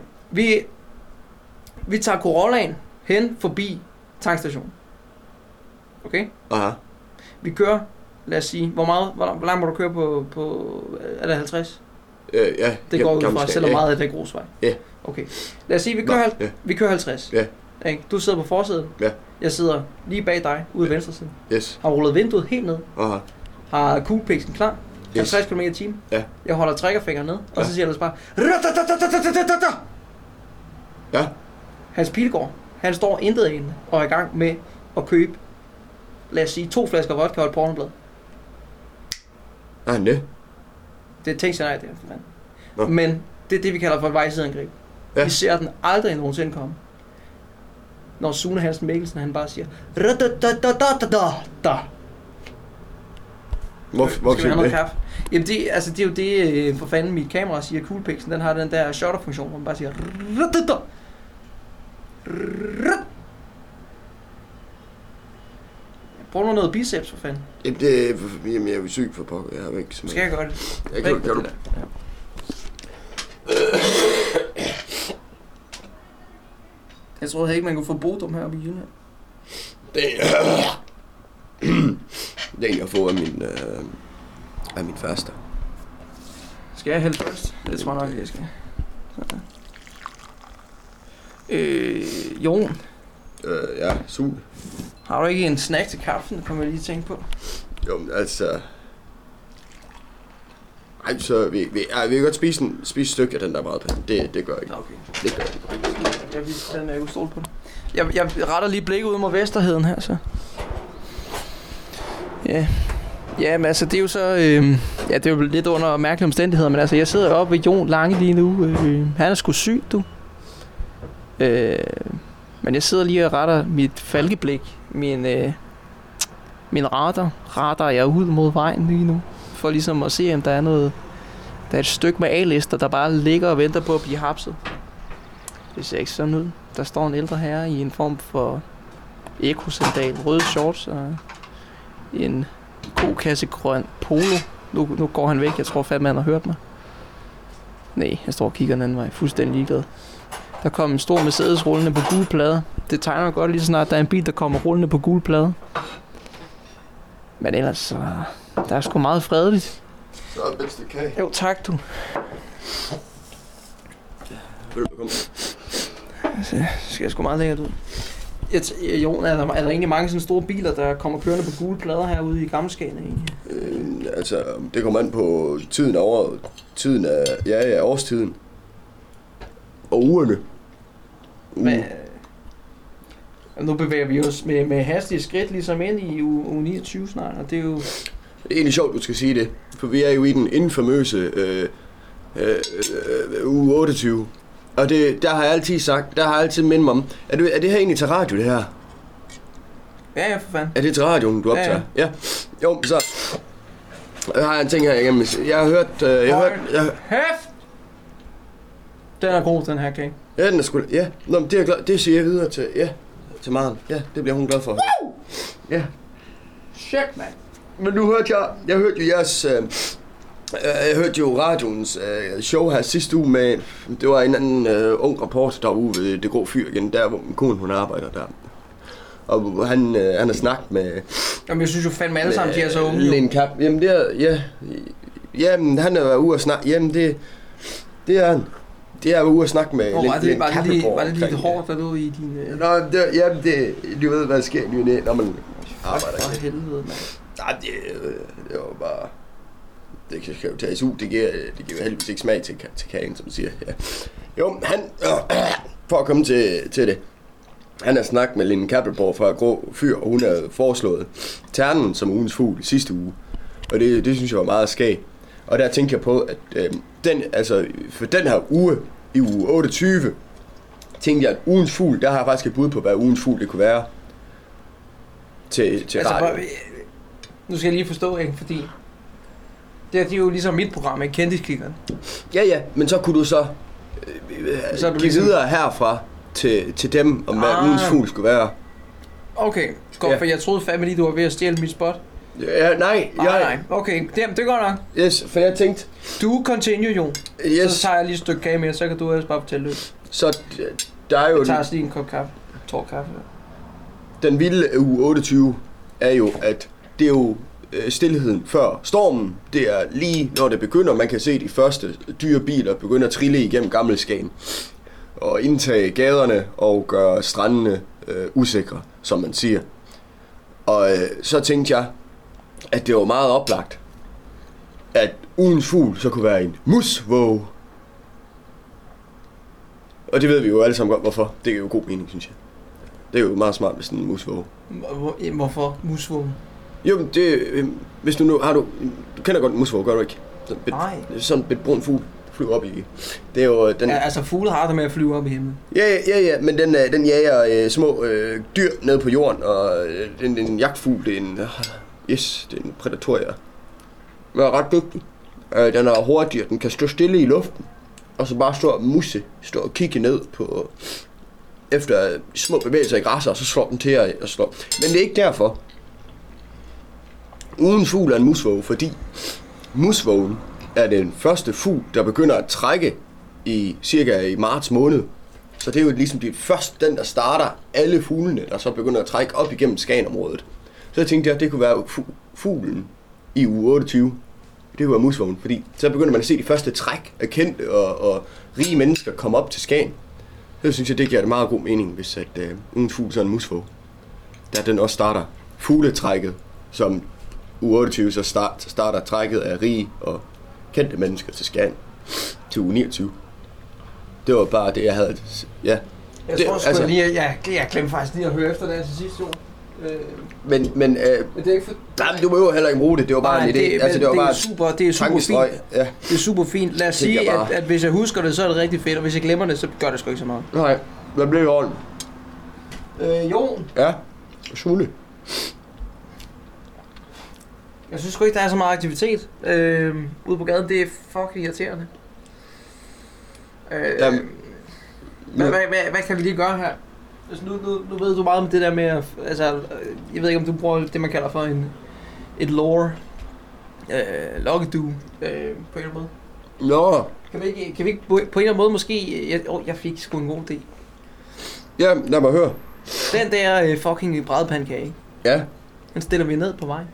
vi tager Corollaen hen forbi tankstationen. Okay? Aha. Vi kører, lad os sige, hvor langt må du køre på er det 50? Ja. Det går ud fra, selvom meget af det er grusvej. Ja. Okay. Lad os sige, vi kører 50. Ja. Du sidder på forsiden. Ja. Jeg sidder lige bag dig, ude i venstre side. Yes. Har rullet vinduet helt ned. Aha. Har Coolpixen klar. 50 km/t. Ja. Jeg holder triggerfingeren ned, og så siger jeg bare... Ja. Hans Pilgaard, han står intet inde og er i gang med at købe, lad os sige, 2 flasker vodka og et pornoblad. Er han det? Det er tænkt scenarie, det her, for fanden. Nå. Men det er det, vi kalder for et vejsideangreb. Ja. Vi ser den aldrig nogensinde komme. Når Sune Hansen Mikkelsen, han bare siger... Hvor Skal vi have det? noget kaffe? Jamen det er jo det, for fanden mit kamera siger, Coolpixen, den har den der shutter-funktion, hvor man bare siger... Prøv nu noget biceps, for fanden. Jamen, jeg er jo syg for pokker. Jeg har ikke så meget. Skal jeg gøre det? Jeg kan du. Ja. Jeg troede ikke, man kunne få Bodum her oppe i Jylland. Det er en, jeg får af min faster. Skal jeg hælde først? Det tror jeg nok, jeg skal. Jon. Ja, Sule. Har du ikke en snack til kaffen, kommer jeg lige tænke på? Jo, men altså... Ej, så vi kan godt spise et stykke af den der meget. Det gør jeg ikke. Okay. Det gør jeg ikke. Jeg viser den, jeg kunne stole på det. Jeg retter lige blikket ud mod Vesterheden her, så. Ja. Ja, men altså, det er jo så... ja, det er jo lidt under mærkelige omstændigheder, men altså, jeg sidder oppe ved Jon Lange lige nu. Han er sgu syg, du. Men jeg sidder lige og retter mit falkeblik. Min radar jeg er ude mod vejen lige nu. For ligesom at se, om der er noget... Der er et stykke med A-lister, der bare ligger og venter på at blive hapset. Det ser ikke sådan ud. Der står en ældre herre i en form for ekosandal, røde shorts og en kokassegrøn polo. Nu går han væk. Jeg tror fandme, han har hørt mig. Nej, jeg står og kigger den anden vej. Fuldstændig ligeglad. Der kom en stor Mercedes rullende på gule plader. Det tegner godt lige snart, der er en bil, der kommer rullende på gule plader. Men ellers så... Der er sgu meget fredeligt. Så er det bedste kage. Jo, tak du. Velbekomme. Så skal jeg sgu meget lækkert ud. Jon, er der egentlig mange sådan store biler, der kommer kørende på gule plader herude i Gammelskane egentlig? Altså, det kommer an på tiden af året. Tiden af... Ja, årstiden. Og ugerne. Men, nu bevæger vi os med hastige skridt ligesom ind i uge 29 snart, og det er jo... Det er egentlig sjovt, du skal sige det. For vi er jo i den infamøse uge 28. Og der har jeg altid sagt, der har jeg altid mindet mig om, er det her egentlig til radio, det her? Ja, for fanden. Er det til radioen, du optager? Ja. Jo, så... Jeg har en ting her igennem. Jeg har hørt... Hæft! Den er god, den her kage. Ja, den er sgu... Ja, nå, men det er glad. Det siger jeg videre til... Ja, til Maren. Ja, det bliver hun glad for. Woo! Ja. Shit, man. Men nu hørte jeg hørte jo jeres... jeg hørte jo radioens show her sidste uge med... Det var en anden ung reporter derude ved Det Grå Fyr igen, der hvor min kone hun arbejder der. Og han har snakket med... Jamen jeg synes jo fandme alle sammen, de er så unge. Lene Kap. Jamen det er... Ja. Jamen han er ude og snakke... Jamen det er han. Det er ude og snakke med Lene Kappelgaard. Var det lidt hårdt, der lå i din... Nå, du ved hvad der sker lige når man arbejder. For helvede, mand. Nej, det var bare... Det kan jo tages ud. Det giver jo heldigvis ikke smag til kagen, som siger. Ja. Jo, han... for at komme til det. Han har snakket med Lene Kappelgaard fra Grå Fyr, og hun har foreslået ternen som ugens fugl sidste uge. Og det synes jeg var meget skægt. Og der tænker jeg på, at for den her uge, i uge 28, tænkte jeg, at ugens fugl, der har jeg faktisk et bud på, hvad ugens fugl det kunne være til radio. Nu skal jeg lige forstå, ikke? Fordi det er jo ligesom mit program, ikke? Kendiskikkeren. Ja, men så kunne du så give ligesom videre herfra til dem, om hvad ugens fugl skulle være. Okay, godt, ja. For jeg troede fandme lige, du var ved at stjæle mit spot. Ja, nej. Okay, det går nok. Yes, for jeg tænkte... Du continue, Jon. Yes. Så tager jeg lige et stykke kage med, så kan du ellers bare fortælle løs. Så der er jo... Jeg tager også lige en kop kaffe. Tår kaffe. Den vilde uge 28 er jo, at det er jo stilheden før stormen. Det er lige når det begynder, man kan se de første dyre biler begynde at trille igennem Gammelskagen. Og indtage gaderne og gøre strandene usikre, som man siger. Og så tænkte jeg, at det var meget oplagt, at ugens fugl så kunne være en musvåge. Og det ved vi jo alle sammen godt, hvorfor. Det er jo god mening, synes jeg. Det er jo meget smart med sådan en musvåge. Hvorfor musvåge? Jo, det... hvis du har du kender godt en musvåge, gør du ikke? Sådan et brun fugl flyver op i. Det er jo den... Ja, altså fugle har det med at flyve op i himlen. Ja, men den jager små dyr ned på jorden, og den jagtfugl, det er en... Yes, det er en prædator, ja. er ret dygtig. Den er hurtig, og den kan stå stille i luften. Og så bare stå og kigge ned på... Efter små bevægelser i græsset, og så slår den til at slå. Men det er ikke derfor. Uden fugl er en musvåge, fordi musvågen er den første fugl, der begynder at trække cirka i marts måned. Så det er jo ligesom den, der starter alle fuglene, der så begynder at trække op igennem Skagenområdet. Så jeg tænkte, at det kunne være fuglen i uge 28. Det kunne være musvågen, fordi så begynder man at se de første træk af kendte og rige mennesker komme op til Skagen. Så synes jeg, det giver det meget god mening, hvis uden fugl så en musvåge. Da den også starter fugletrækket, som uge 28 så starter trækket af rige og kendte mennesker til Skagen til uge 29. Det var bare det, jeg havde. Ja. Jeg tror sgu altså, lige, jeg glemte faktisk lige at høre efter det til sidste år. Men det er ikke for... Nej, du behøver heller ikke bruge det. Det var bare en idé. Altså, det er super fint. Ja. Det er super fint. Lad os sige, at hvis jeg husker det, så er det rigtig fedt, og hvis jeg glemmer det, så gør det sgu ikke så meget. Nej, hvad blev det ordentligt? Jon? Ja, Sune. Jeg synes sgu ikke, der er så meget aktivitet ude på gaden. Det er fucking irriterende. Hvad kan vi lige gøre her? Altså nu ved du meget om det der med, altså, jeg ved ikke om du bruger det man kalder for et lore, loggedue, på en eller anden måde. Nå. Kan vi ikke på en eller anden måde måske, jeg fik sgu en god idé. Ja, lad mig høre. Den der fucking brædpandekage, ja, den stiller vi ned på vejen.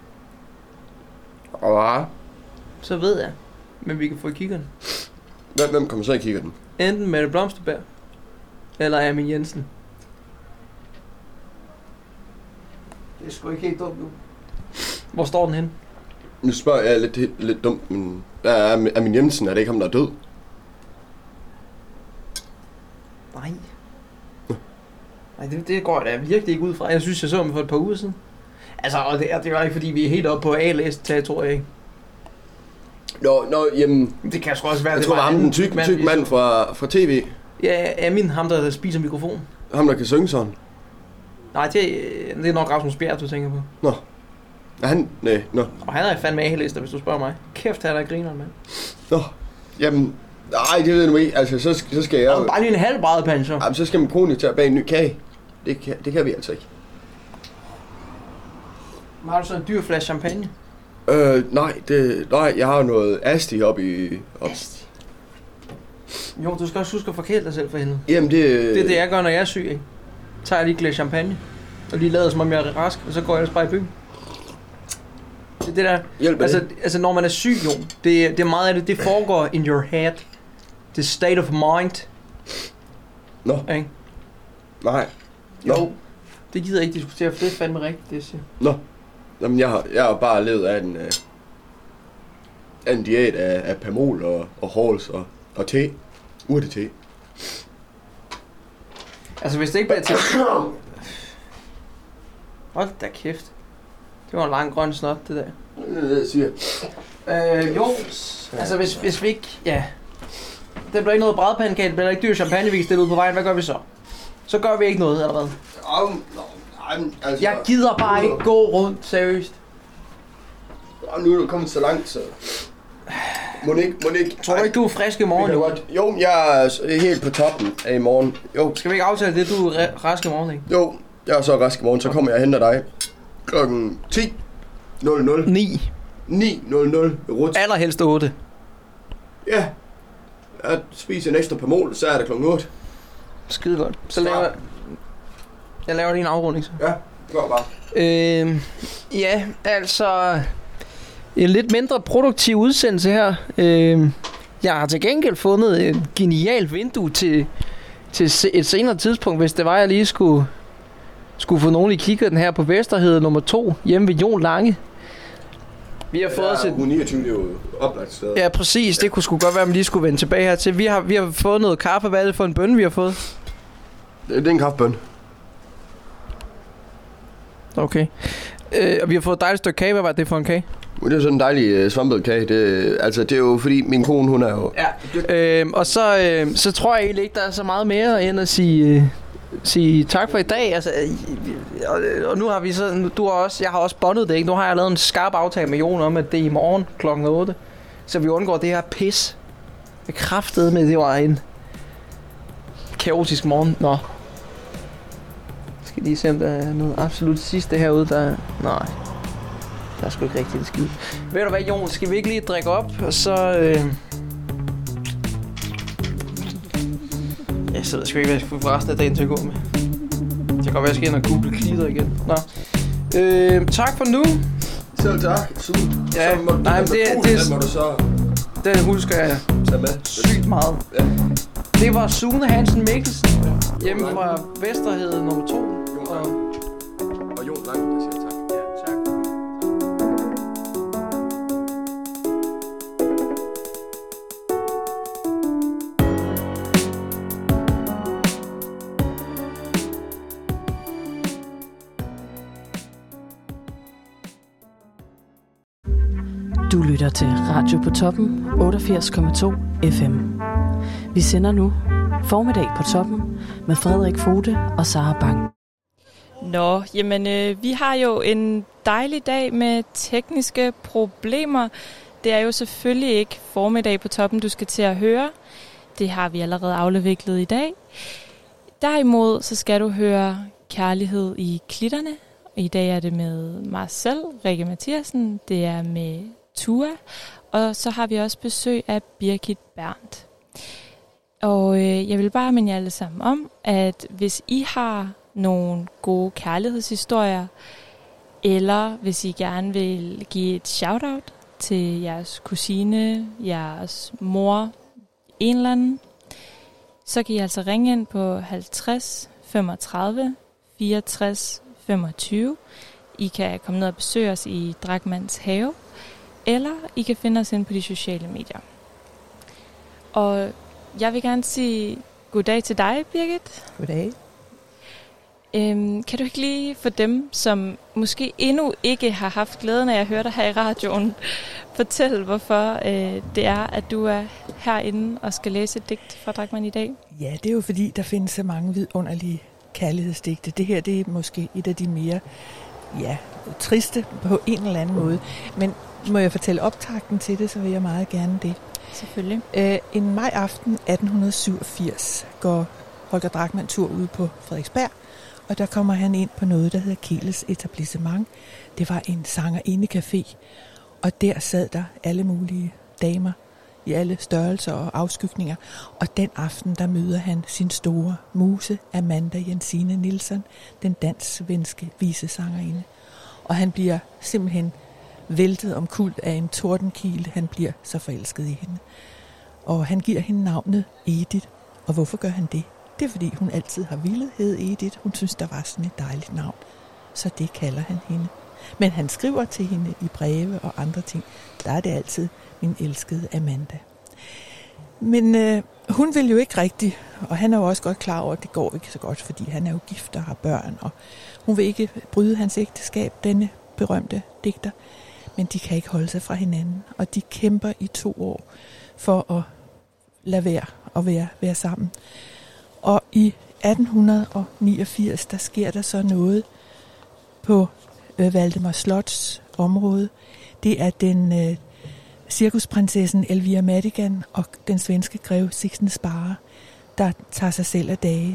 Og så ved jeg, men vi kan få i kiggeren. Hvem kommer så i kiggerten? Enten Mette Blomsterberg eller Amin Jensen. Det er sgu ikke helt dumt nu. Hvor står den henne? Nu spørger jeg lidt dumt, men Amin Jensen, er det ikke ham, der er død? Nej. Nej, det går jeg da virkelig ikke ud fra. Jeg synes, jeg så ham for et par uger siden. Altså, og det var ikke fordi, vi er helt oppe på A-læst-territoriet, ikke? Nå, jamen... Det kan sgu også være, jeg tror, det var ham, den tyk mand fra tv. Ja, Amin, ham der spiser mikrofon. Ham, der kan synge sådan. Nej, det er nok Rasmus Bjerg, du tænker på. Nå. Nå. Og han er fandme A-lister, hvis du spørger mig. Kæft, han er grineren, mand. Nå, jamen... Nej, det ved du ikke. Altså, så skal jeg... Bare lige en halv brædepande, så. Jamen, så skal min kone tage bag en ny kage. Det kan vi altså ikke. Har du så en dyr flaske champagne? Nej, jeg har noget Asti oppe i... Asti? Jo, du skal også huske at forkæle dig selv for hende. Jamen, det er det, jeg gør, når jeg er syg, ikke? Tager jeg lige et glas champagne, og lige lader som om jeg er rask, og så går jeg ellers bare i byen. Det der... Altså, når man er syg, jo, det er meget af det foregår in your head. The state of mind. Nå. Ikke? Nej. Jo, det gider jeg ikke diskutere, for det er fandme rigtigt, det jeg siger. Nå. Jamen, jeg har bare levet af en diæt af Pamol og Halls og te. Urte-te. Altså, hvis det ikke bliver til... Hold da kæft. Det var en lang grøn snot, det der. Det er det, jeg siger. Jo, altså hvis vi ikke... Ja. Det bliver ikke noget brædpandekage, det bliver ikke dyr champagne, vi kan stille ud på vejen. Hvad gør vi så? Så gør vi ikke noget, eller hvad? Altså, jeg gider bare ikke gå rundt, seriøst. Nu er du kommet så langt, så... Må ikke... Tror du ikke, du er frisk i morgen? Jo, jeg er helt på toppen af i morgen. Jo. Skal vi ikke aftale det, du er rask i morgen, ikke? Jo, jeg er så rask i morgen, så kommer jeg og henter dig klokken 10.00. 9.00. Allerhelst 8. Ja. Jeg spiser en ekstra Pamol, så er det klokken 8. Skide godt. Så jeg laver lige en afrunding, så. Ja, gør bare. Ja, altså... En lidt mindre produktiv udsendelse her. Jeg har til gengæld fundet et genialt vindue til et senere tidspunkt, hvis det var, jeg lige skulle få nogen i kiggerten her på Vesterhede nummer 2, hjemme ved Jon Lange. Vi har fået os et... 29, det er jo oplagt sted. Ja, præcis. Det kunne sgu godt være, at man lige skulle vende tilbage her til. Vi har fået noget kaffe. Hvad er det for en bønne, vi har fået? Det er en kaffebønne. Okay. Og vi har fået et dejligt stykke kage. Hvad var det for en kage? Det er sådan en dejlig svampet kage. Det er jo fordi, min kone, hun er jo... Ja. Og så tror jeg egentlig ikke, der er så meget mere end at sige tak for i dag. Altså, Og nu har vi så, jeg har også bondet det, ikke? Nu har jeg lavet en skarp aftale med Jon om, at det er i morgen kl. 8. Så vi undgår det her pis. Det kraftede med, det var en kaotisk morgen. Nå. Skal lige se, om der er noget absolut sidste herude, der... Nej. Der er sgu ikke rigtig en skid. Ved du hvad, Jon? Skal vi ikke lige drikke op, og så... Jeg sidder sgu ikke, hvad jeg skal få resten af dagen til at gå med. Det kan godt være, jeg skal ind og google klider igen. Nå. Tak for nu. Selv tak. Super. Ja, så må du, nej, det må du så... Den husker jeg sygt meget. Ja. Det var Sune Hansen Mikkelsen hjemme fra Vesterhed nummer 2. Og Jon Lang, der siger tak. Ja, tak. Du lytter til Radio på Toppen 88,2 FM. Vi sender nu Formiddag på Toppen med Frederik Fogde og Sara Bang. Nå, jamen vi har jo en dejlig dag med tekniske problemer. Det er jo selvfølgelig ikke Formiddag på Toppen, du skal til at høre. Det har vi allerede afviklet i dag. Derimod så skal du høre Kærlighed i klitterne. I dag er det med Marcel, Rikke Mathiasen, det er med Tua, og så har vi også besøg af Birgit Berndt. Og jeg vil bare minde jer alle sammen om, at hvis I har nogle gode kærlighedshistorier, eller hvis I gerne vil give et shout-out til jeres kusine, jeres mor, en eller anden, så kan I altså ringe ind på 50 35 64 25. I kan komme ned og besøge os i Drachmanns have, eller I kan finde os inde på de sociale medier. Og jeg vil gerne sige goddag til dig, Birgit. Goddag. Kan du ikke lige for dem, som måske endnu ikke har haft glæden af at høre dig her i radioen, fortælle, hvorfor det er, at du er herinde og skal læse et digt fra Drachmann i dag? Ja, det er jo fordi, der findes så mange vidunderlige kærlighedsdigte. Det her, det er måske et af de mere triste på en eller anden måde. Men må jeg fortælle optakten til det, så vil jeg meget gerne det. Selvfølgelig. En majaften 1887 går Holger Drachmann tur ude på Frederiksberg, og der kommer han ind på noget, der hedder Kehles Etablissement. Det var en sangerindecafé, og der sad der alle mulige damer i alle størrelser og afskygninger. Og den aften, der møder han sin store muse, Amanda Jensine Nielsen, den dansk-svenske visesangerinde. Og han bliver simpelthen væltet omkuld af en tordenkile. Han bliver så forelsket i hende. Og han giver hende navnet Edith. Og hvorfor gør han det? Det er, fordi hun altid har villet hedde Edith. Hun synes, der var sådan et dejligt navn. Så det kalder han hende. Men han skriver til hende i breve og andre ting. Der er det altid min elskede Amanda. Men hun vil jo ikke rigtigt, og han er jo også godt klar over, at det går ikke så godt, fordi han er jo gift og har børn, og hun vil ikke bryde hans ægteskab, denne berømte digter. Men de kan ikke holde sig fra hinanden, og de kæmper i 2 år for at lade være og være sammen. Og i 1889, der sker der så noget på Valdemar Slots område. Det er den cirkusprinsessen Elvira Madigan og den svenske grev Sixten Sparre, der tager sig selv af dage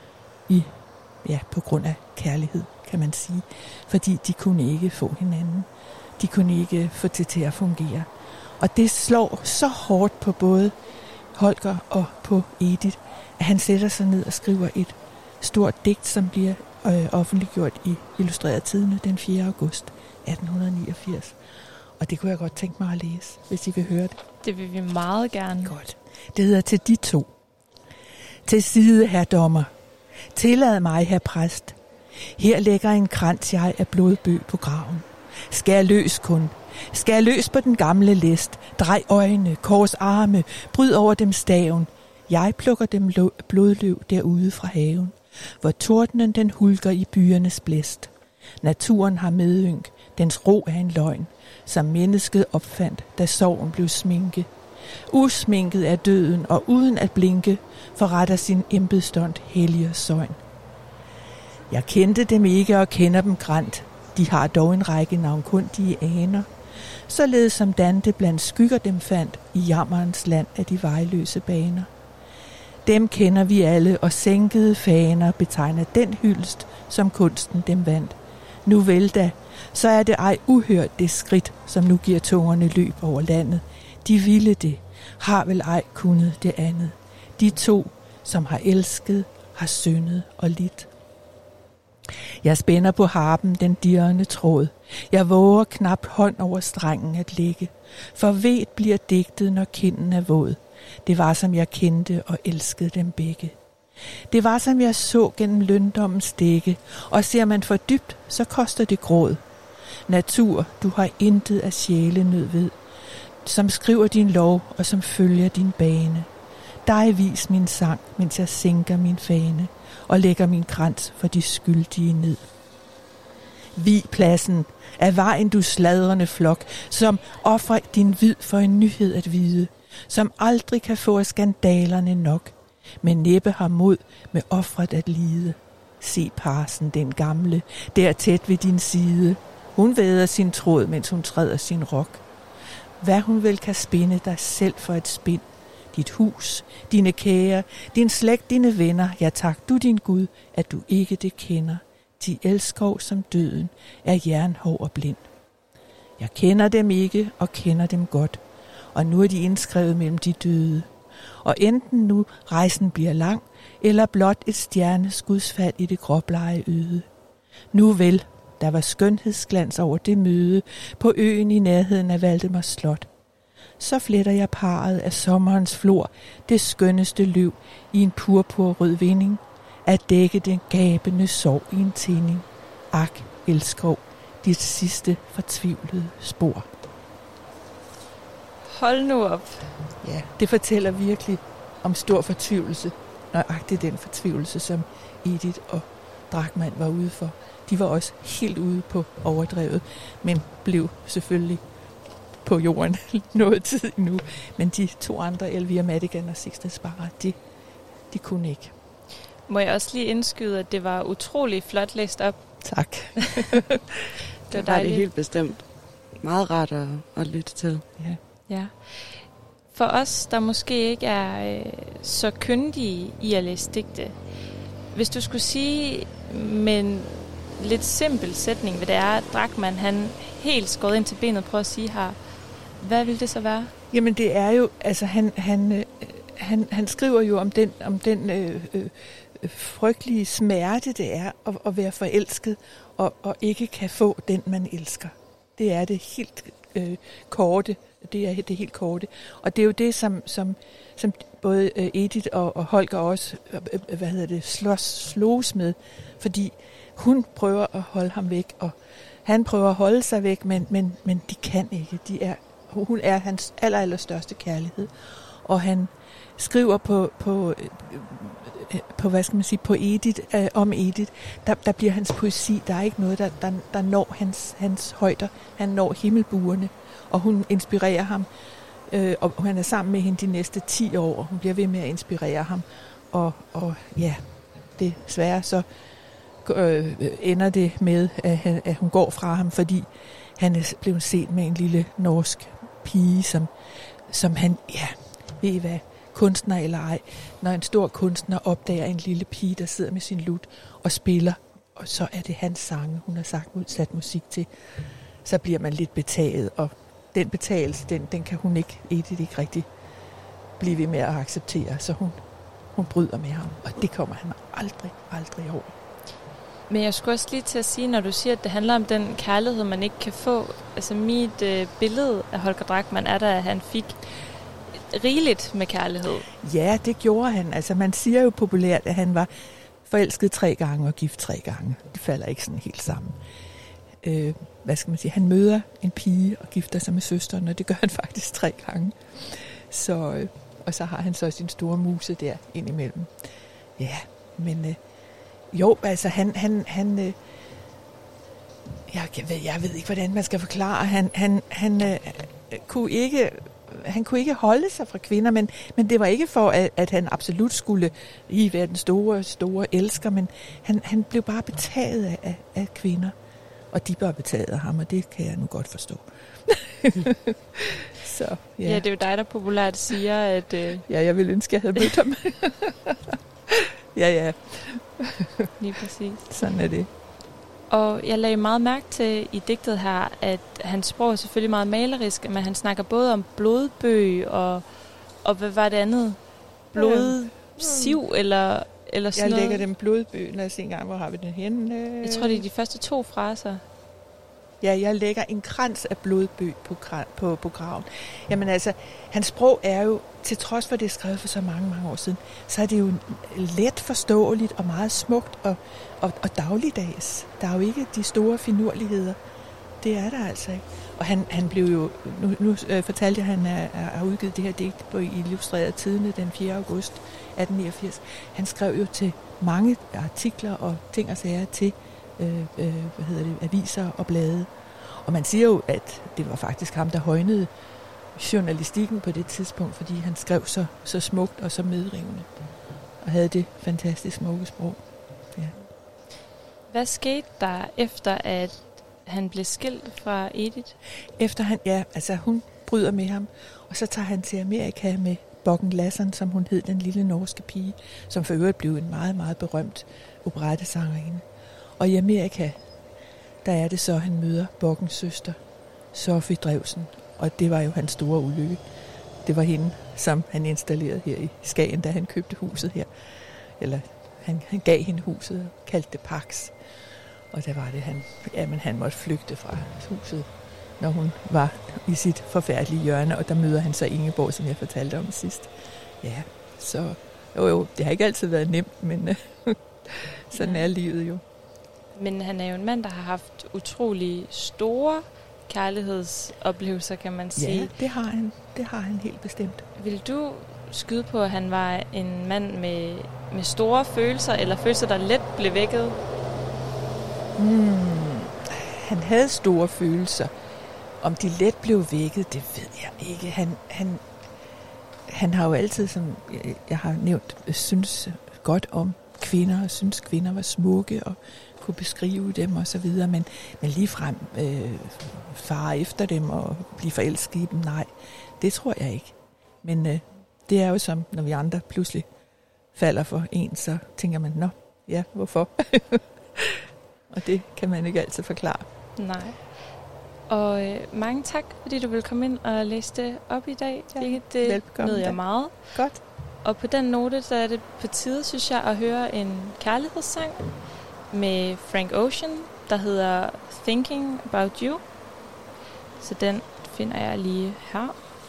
på grund af kærlighed, kan man sige. Fordi de kunne ikke få hinanden. De kunne ikke få det til at fungere. Og det slår så hårdt på både Holger og på Edith, at han sætter sig ned og skriver et stort digt, som bliver offentliggjort i Illustreret Tidende den 4. august 1889. Og det kunne jeg godt tænke mig at læse, hvis I vil høre det. Det vil vi meget gerne. Godt. Det hedder Til de to. Til side, herr dommer. Tillad mig, herr præst. Her lægger en krans jeg af blodbøg på graven. Skær løs kun. Skær løs på den gamle list. Drej øjne, kors arme, bryd over dem staven. Jeg plukker dem blodløv derude fra haven, hvor tordenen den hulker i byernes blæst. Naturen har medynk, dens ro er en løgn, som mennesket opfandt, da sorgen blev sminke. Usminket er døden, og uden at blinke, forretter sin embedsstånd hellige søgn. Jeg kendte dem ikke og kender dem grant. De har dog en række navnkundige aner. Således som Dante blandt skygger dem fandt i jammerens land af de vejløse baner. Dem kender vi alle, og sænkede faner betegner den hyldest, som kunsten dem vandt. Nu vel da, så er det ej uhørt det skridt, som nu giver tungerne løb over landet. De ville det, har vel ej kunnet det andet. De to, som har elsket, har syndet og lidt. Jeg spænder på harpen den dirrende tråd. Jeg våger knap hånd over strengen at lægge. For ved bliver digtet, når kinden er våd. Det var, som jeg kendte og elskede dem begge. Det var, som jeg så gennem løndommens dække, og ser man for dybt, så koster det gråd. Natur, du har intet af sjælenød ved, som skriver din lov og som følger din bane. Dig vis min sang, mens jeg sænker min fane og lægger min krans for de skyldige ned. Vig pladsen af vejen, du sladrende flok, som offrer din vid for en nyhed at vide, som aldrig kan få af skandalerne nok, men næppe har mod med offret at lide. Se parsen, den gamle, der tæt ved din side. Hun væder sin tråd, mens hun træder sin rok. Hvad hun vel kan spinde dig selv for et spind. Dit hus, dine kære, din slægt, dine venner. Ja tak, du din Gud, at du ikke det kender. De elskov som døden er jernhård og blind. Jeg kender dem ikke og kender dem godt. Og nu er de indskrevet mellem de døde. Og enten nu rejsen bliver lang, eller blot et stjerneskudsfald i det gråblege øde. Nu vel, der var skønhedsglans over det møde på øen i nærheden af Valdemars slot. Så fletter jeg parret af sommerens flor, det skønneste løv i en purpurrød vinding, at dække den gabende sorg i en tinding. Ak, elskov, dit sidste fortvivlede spor. Hold nu op. Ja, det fortæller virkelig om stor fortvivlelse, nøjagtigt den fortvivlelse, som Edith og Drachmann var ude for. De var også helt ude på overdrevet, men blev selvfølgelig på jorden noget tid endnu. Men de to andre, Elvira Madigan og Sixten Sparre, de kunne ikke. Må jeg også lige indskyde, at det var utrolig flot læst op. Tak. Det var det helt bestemt. Meget rart at lytte til. Ja. For os, der måske ikke er så kyndige i at læse digte, hvis du skulle sige med en lidt simpel sætning, hvad det er, Drachmann, han helt skåret ind til benet, prøver at sige her, hvad vil det så være? Jamen det er jo, altså han skriver jo om den frygtelige smerte, det er at være forelsket og ikke kan få den, man elsker. Det er det helt korte. Det er det helt korte. Og det er jo det, som både Edith og Holger også slås med. Fordi hun prøver at holde ham væk, og han prøver at holde sig væk, men de kan ikke. Hun er hans allerstørste kærlighed. Og han skriver på hvad skal man sige, på Edith, om Edith, der bliver hans poesi, der er ikke noget, der når hans højder. Han når himmelbuerne, og hun inspirerer ham, og han er sammen med hende de næste 10 år, og hun bliver ved med at inspirere ham. Og ja, desværre så ender det med, at hun går fra ham, fordi han er blevet set med en lille norsk pige, som han, ja, ved I hvad, kunstner eller ej, når en stor kunstner opdager en lille pige, der sidder med sin lut og spiller, og så er det hans sange, hun har sat musik til, så bliver man lidt betaget, og den betagelse, den kan hun ikke rigtig blive ved med at acceptere, så hun bryder med ham, og det kommer han aldrig over. Men jeg skulle også lige til at sige, når du siger, at det handler om den kærlighed, man ikke kan få. Altså mit billede af Holger Drachmann er der, at han fik rigeligt med kærlighed. Ja, det gjorde han. Altså man siger jo populært, at han var forelsket 3 gange og gift 3 gange. Det falder ikke sådan helt sammen. Hvad skal man sige? Han møder en pige og gifter sig med søsteren, og det gør han faktisk 3 gange. Så, og så har han så sin store muse der indimellem. Ja, men jo, altså han jeg ved ikke, hvordan man skal forklare. Han kunne ikke han kunne ikke holde sig fra kvinder, men det var ikke for, at han absolut skulle være den store elsker, men han blev bare betaget af kvinder. Og de var betaget af ham, og det kan jeg nu godt forstå. Så, ja. Ja, det er jo dig, der populært siger, at... Ja, jeg ville ønske, at jeg havde mødt ham. Ja. Lige præcis. Sådan er det. Og jeg lagde meget mærke til i digtet her, at hans sprog er selvfølgelig meget malerisk, men han snakker både om blodbøg og hvad var det andet? Blodsiv eller sådan jeg noget? Jeg lægger dem blodbøg. Lad os se engang, hvor har vi den henne? Jeg tror, det er de første 2 fraser. Ja, jeg lægger en krans af blodbøg på graven. Jamen altså, hans sprog er jo, til trods for det er skrevet for så mange år siden, så er det jo let forståeligt og meget smukt og dagligdags. Der er jo ikke de store finurligheder. Det er der altså ikke. Og han blev jo, nu fortalte jeg, at han har udgivet det her digt på Illustreret Tidende den 4. august 1889. Han skrev jo til mange artikler og ting og sager til aviser og blade. Og man siger jo, at det var faktisk ham, der højnede journalistikken på det tidspunkt, fordi han skrev så smukt og så medrivende. Og havde det fantastisk smukke sprog. Ja. Hvad skete der efter, at han blev skilt fra Edith? Efter hun bryder med ham, og så tager han til Amerika med Bokken Lasson, som hun hed, den lille norske pige, som for øvrigt blev en meget, meget berømt operettesangerinde. Og i Amerika, der er det så, han møder Bokkens søster, Sophie Drewsen, og det var jo hans store ulykke. Det var hende, som han installerede her i Skagen, da han købte huset her. Eller han gav hende huset og kaldte det Pax. Og der var det, han måtte flygte fra huset, når hun var i sit forfærdelige hjørne, og der møder han så Ingeborg, som jeg fortalte om sidst. Ja, så jo, det har ikke altid været nemt, men sådan er livet jo. Men han er jo en mand, der har haft utrolig store kærlighedsoplevelser, kan man sige. Ja, det har han. Det har han helt bestemt. Vil du skyde på, at han var en mand med store følelser, eller følelser, der let blev vækket? Han havde store følelser. Om de let blev vækket, det ved jeg ikke. Han har jo altid, som jeg har nævnt, synes godt om kvinder, og synes kvinder var smukke, og kunne beskrive dem og så videre, men ligefrem fare efter dem og blive forelsket i dem, nej, det tror jeg ikke. Men det er jo som, når vi andre pludselig falder for en, så tænker man, nå, ja, hvorfor? Og det kan man ikke altid forklare. Nej. Og mange tak, fordi du vil komme ind og læse det op i dag. Ja, det nød jeg meget. Godt. Og på den note, så er det på tide, synes jeg, at høre en kærlighedssang med Frank Ocean, der hedder Thinking About You. Så den finder jeg lige her.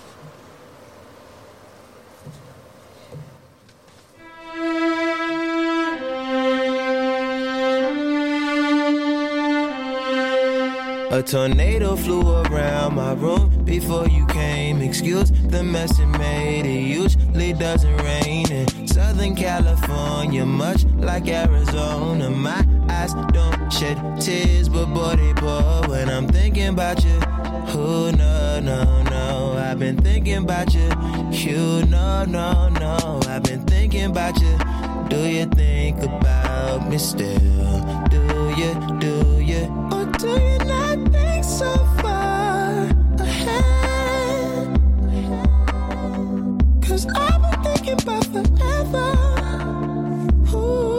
A tornado flew around my room before you came. Excuse the mess it made. It usually doesn't rain in Southern California, much like Arizona. My eyes don't shed tears, but boy they pour when I'm thinking about you. Oh no, no, no, I've been thinking about you. You no, no, no, I've been thinking about you. Do you think about me still? Do you, or do you not think so far ahead? 'Cause I've been thinking about forever. Ooh.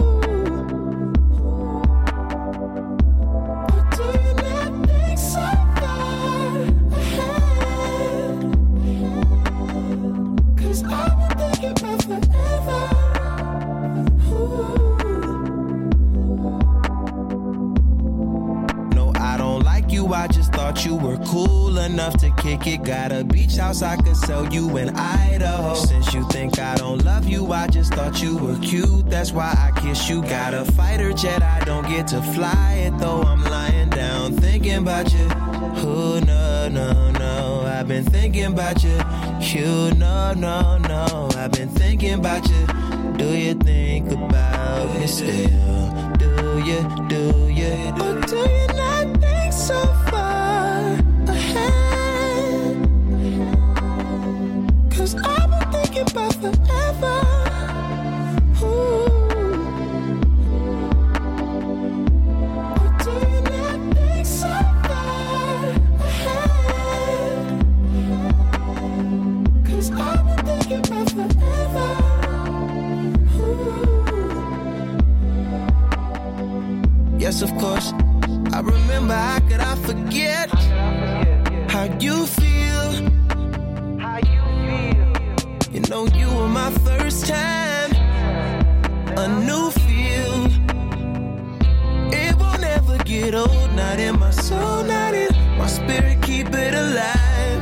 Or do you not think so far ahead? 'Cause I've been thinking about forever. I just thought you were cool enough to kick it. Got a beach house I could sell you in Idaho. Since you think I don't love you, I just thought you were cute. That's why I kiss you. Got a fighter jet, I don't get to fly it, though I'm lying down thinking about you. Oh no, no, no, I've been thinking about you. You no, no, no, I've been thinking about you. Do you think about me still? Do you, or do you not think so far ahead? remember, how could I forget how you feel? You know you were my first time, a new feel. It will never get old, not in my soul, not in my spirit, keep it alive.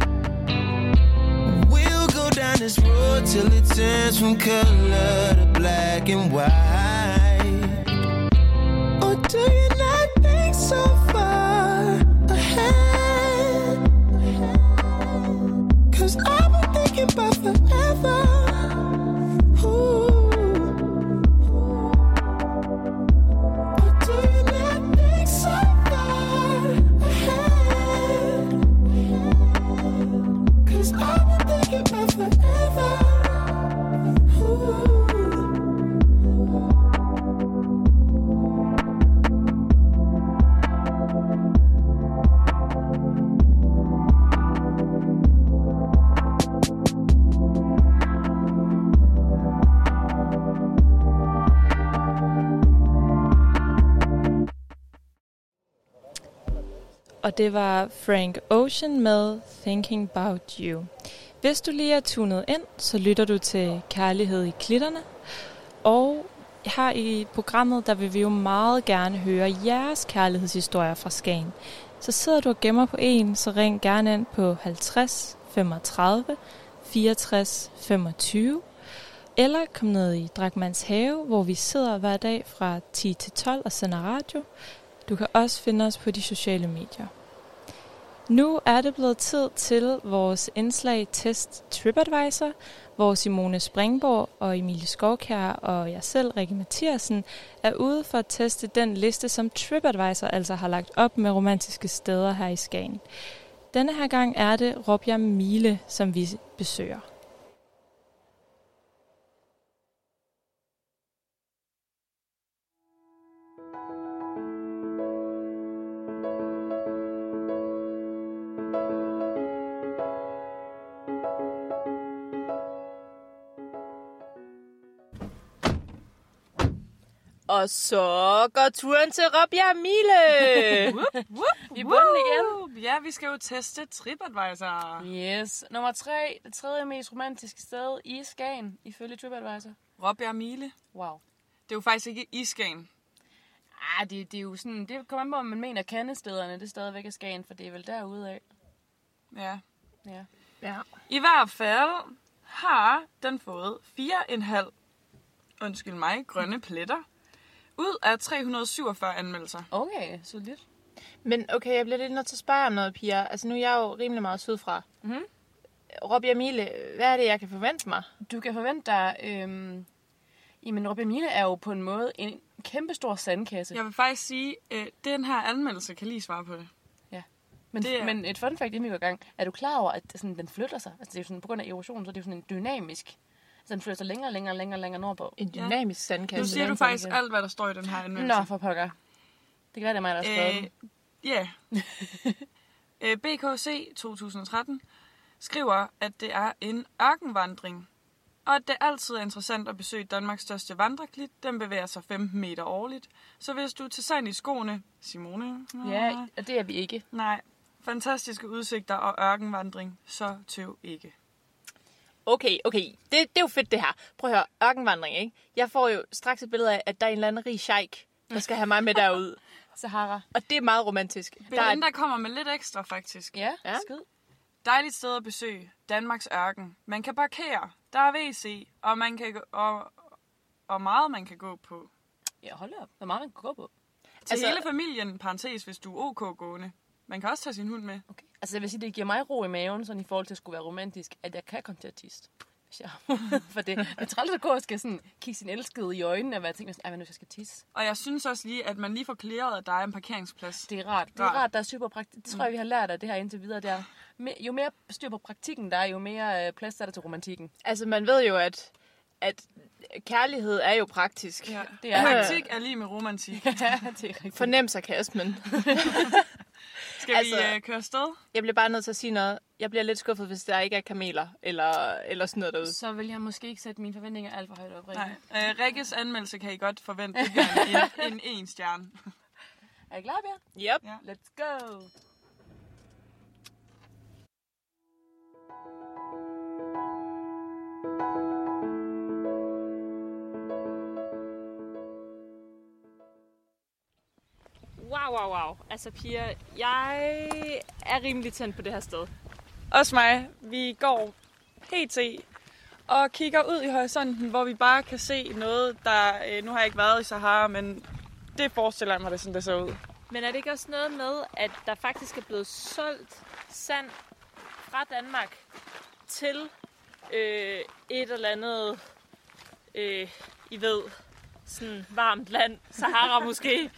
We'll go down this road till it turns from color to black and white. Or do you not think so far ahead? 'Cause I've been thinking about forever. Ooh. Or do you not think so far ahead? 'Cause I've been thinking about forever. Ooh. Og det var Frank Ocean med Thinking About You. Hvis du lige er tunet ind, så lytter du til Kærlighed i Klitterne. Og her i programmet, der vil vi jo meget gerne høre jeres kærlighedshistorier fra Skagen. Så sidder du og gemmer på en, så ring gerne ind på 50 35 64 25. Eller kom ned i Drachmanns Have, hvor vi sidder hver dag fra 10 til 12 og sender radio. Du kan også finde os på de sociale medier. Nu er det blevet tid til vores indslag Test TripAdvisor, hvor Simone Springborg og Emilie Skovkjær og jeg selv, Rikke Mathiasen, er ude for at teste den liste, som TripAdvisor altså har lagt op med romantiske steder her i Skagen. Denne her gang er det Råbjerg Mile, som vi besøger. Og så går turen til Råbjerg Mile. Vi er bunden igen. Ja, vi skal jo teste TripAdvisor. Yes. Nummer 3. Det tredje mest romantiske sted i Skagen, ifølge TripAdvisor. Råbjerg Mile. Wow. Det er jo faktisk ikke i Skagen. Det er jo sådan, det kommer an på, om man mener kendestederne, det er stadigvæk i Skagen, for det er vel derude af. Ja. Ja. I hvert fald har den fået 4,5 grønne pletter ud af 347 anmeldelser. Okay, så lidt. Men okay, jeg bliver lidt nødt til at spørge om noget, Pia. Altså nu er jeg jo rimelig meget sydfra. Mm-hmm. Råbjerg Mile, hvad er det, jeg kan forvente mig? Du kan forvente dig... Jamen, Råbjerg Mile er jo på en måde en kæmpestor sandkasse. Jeg vil faktisk sige, den her anmeldelse kan lige svare på det. Ja. Men et fun fact, inden vi går i gang. Er du klar over, at sådan, den flytter sig? Altså det er jo sådan, på grund af erosion, så er det jo sådan en dynamisk... Så den flytter sig længere nordpå. En dynamisk sandkasse. Nu siger du faktisk alt, hvad der står i den her anmeldelse. Nå, for pokker. Det kan være, det er mig, der har skrevet den. BKC 2013 skriver, at det er en ørkenvandring, og at det altid er interessant at besøge Danmarks største vandreklit. Den bevæger sig 15 meter årligt. Så hvis du tager sand i skoene, Simone... Ja, og det er vi ikke. Nej, fantastiske udsigter og ørkenvandring, så tøv ikke. Okay. Det er jo fedt, det her. Prøv at høre, ørkenvandring, ikke? Jeg får jo straks et billede af, at der er en eller anden rig sheik, der skal have mig med derud. Sahara. Og det er meget romantisk. Der kommer med lidt ekstra, faktisk. Ja. Skid. Dejligt sted at besøge. Danmarks ørken. Man kan parkere. Der er WC, og man kan og meget man kan gå på. Ja, hold op. Der er meget man kan gå på. Til hele familien, parentes, hvis du er OK gående. Man kan også tage sin hund med. Okay. Altså jeg vil sige, det giver mig ro i maven, sådan i forhold til at skulle være romantisk, at jeg kan komme til at tisse. For det er træls at gå og skal sådan kigge sin elskede i øjnene og være tænkt sådan, nu skal tisse. Og jeg synes også lige, at man lige får klaret, at der er en parkeringsplads. Det er rart. Det er rart, der er styr på praktik. Det tror jeg, vi har lært af det her indtil videre. Der. Jo mere styr på praktikken der er, jo mere plads er der til romantikken. Altså man ved jo, at kærlighed er jo praktisk. Ja. Det er. Praktik er lige med romantik. Ja, det er rigtigt. Fornem sarkasmen. Skal vi køre afsted? Jeg bliver bare nødt til at sige noget. Jeg bliver lidt skuffet, hvis der ikke er kameler eller sådan noget derude. Så vil jeg måske ikke sætte mine forventninger alt for højt op, Rikke. Nej. Rikkes anmeldelse kan I godt forvente en stjerne. Er I klar, Per? Yep. Ja. Let's go! Wow. Altså, Pia, jeg er rimelig tændt på det her sted. Også mig. Vi går helt til og kigger ud i horisonten, hvor vi bare kan se noget, der... nu har jeg ikke været i Sahara, men det forestiller jeg mig, det sådan det ser ud. Men er det ikke også noget med, at der faktisk er blevet solgt sand fra Danmark til et eller andet, I ved, sådan varmt land, Sahara måske?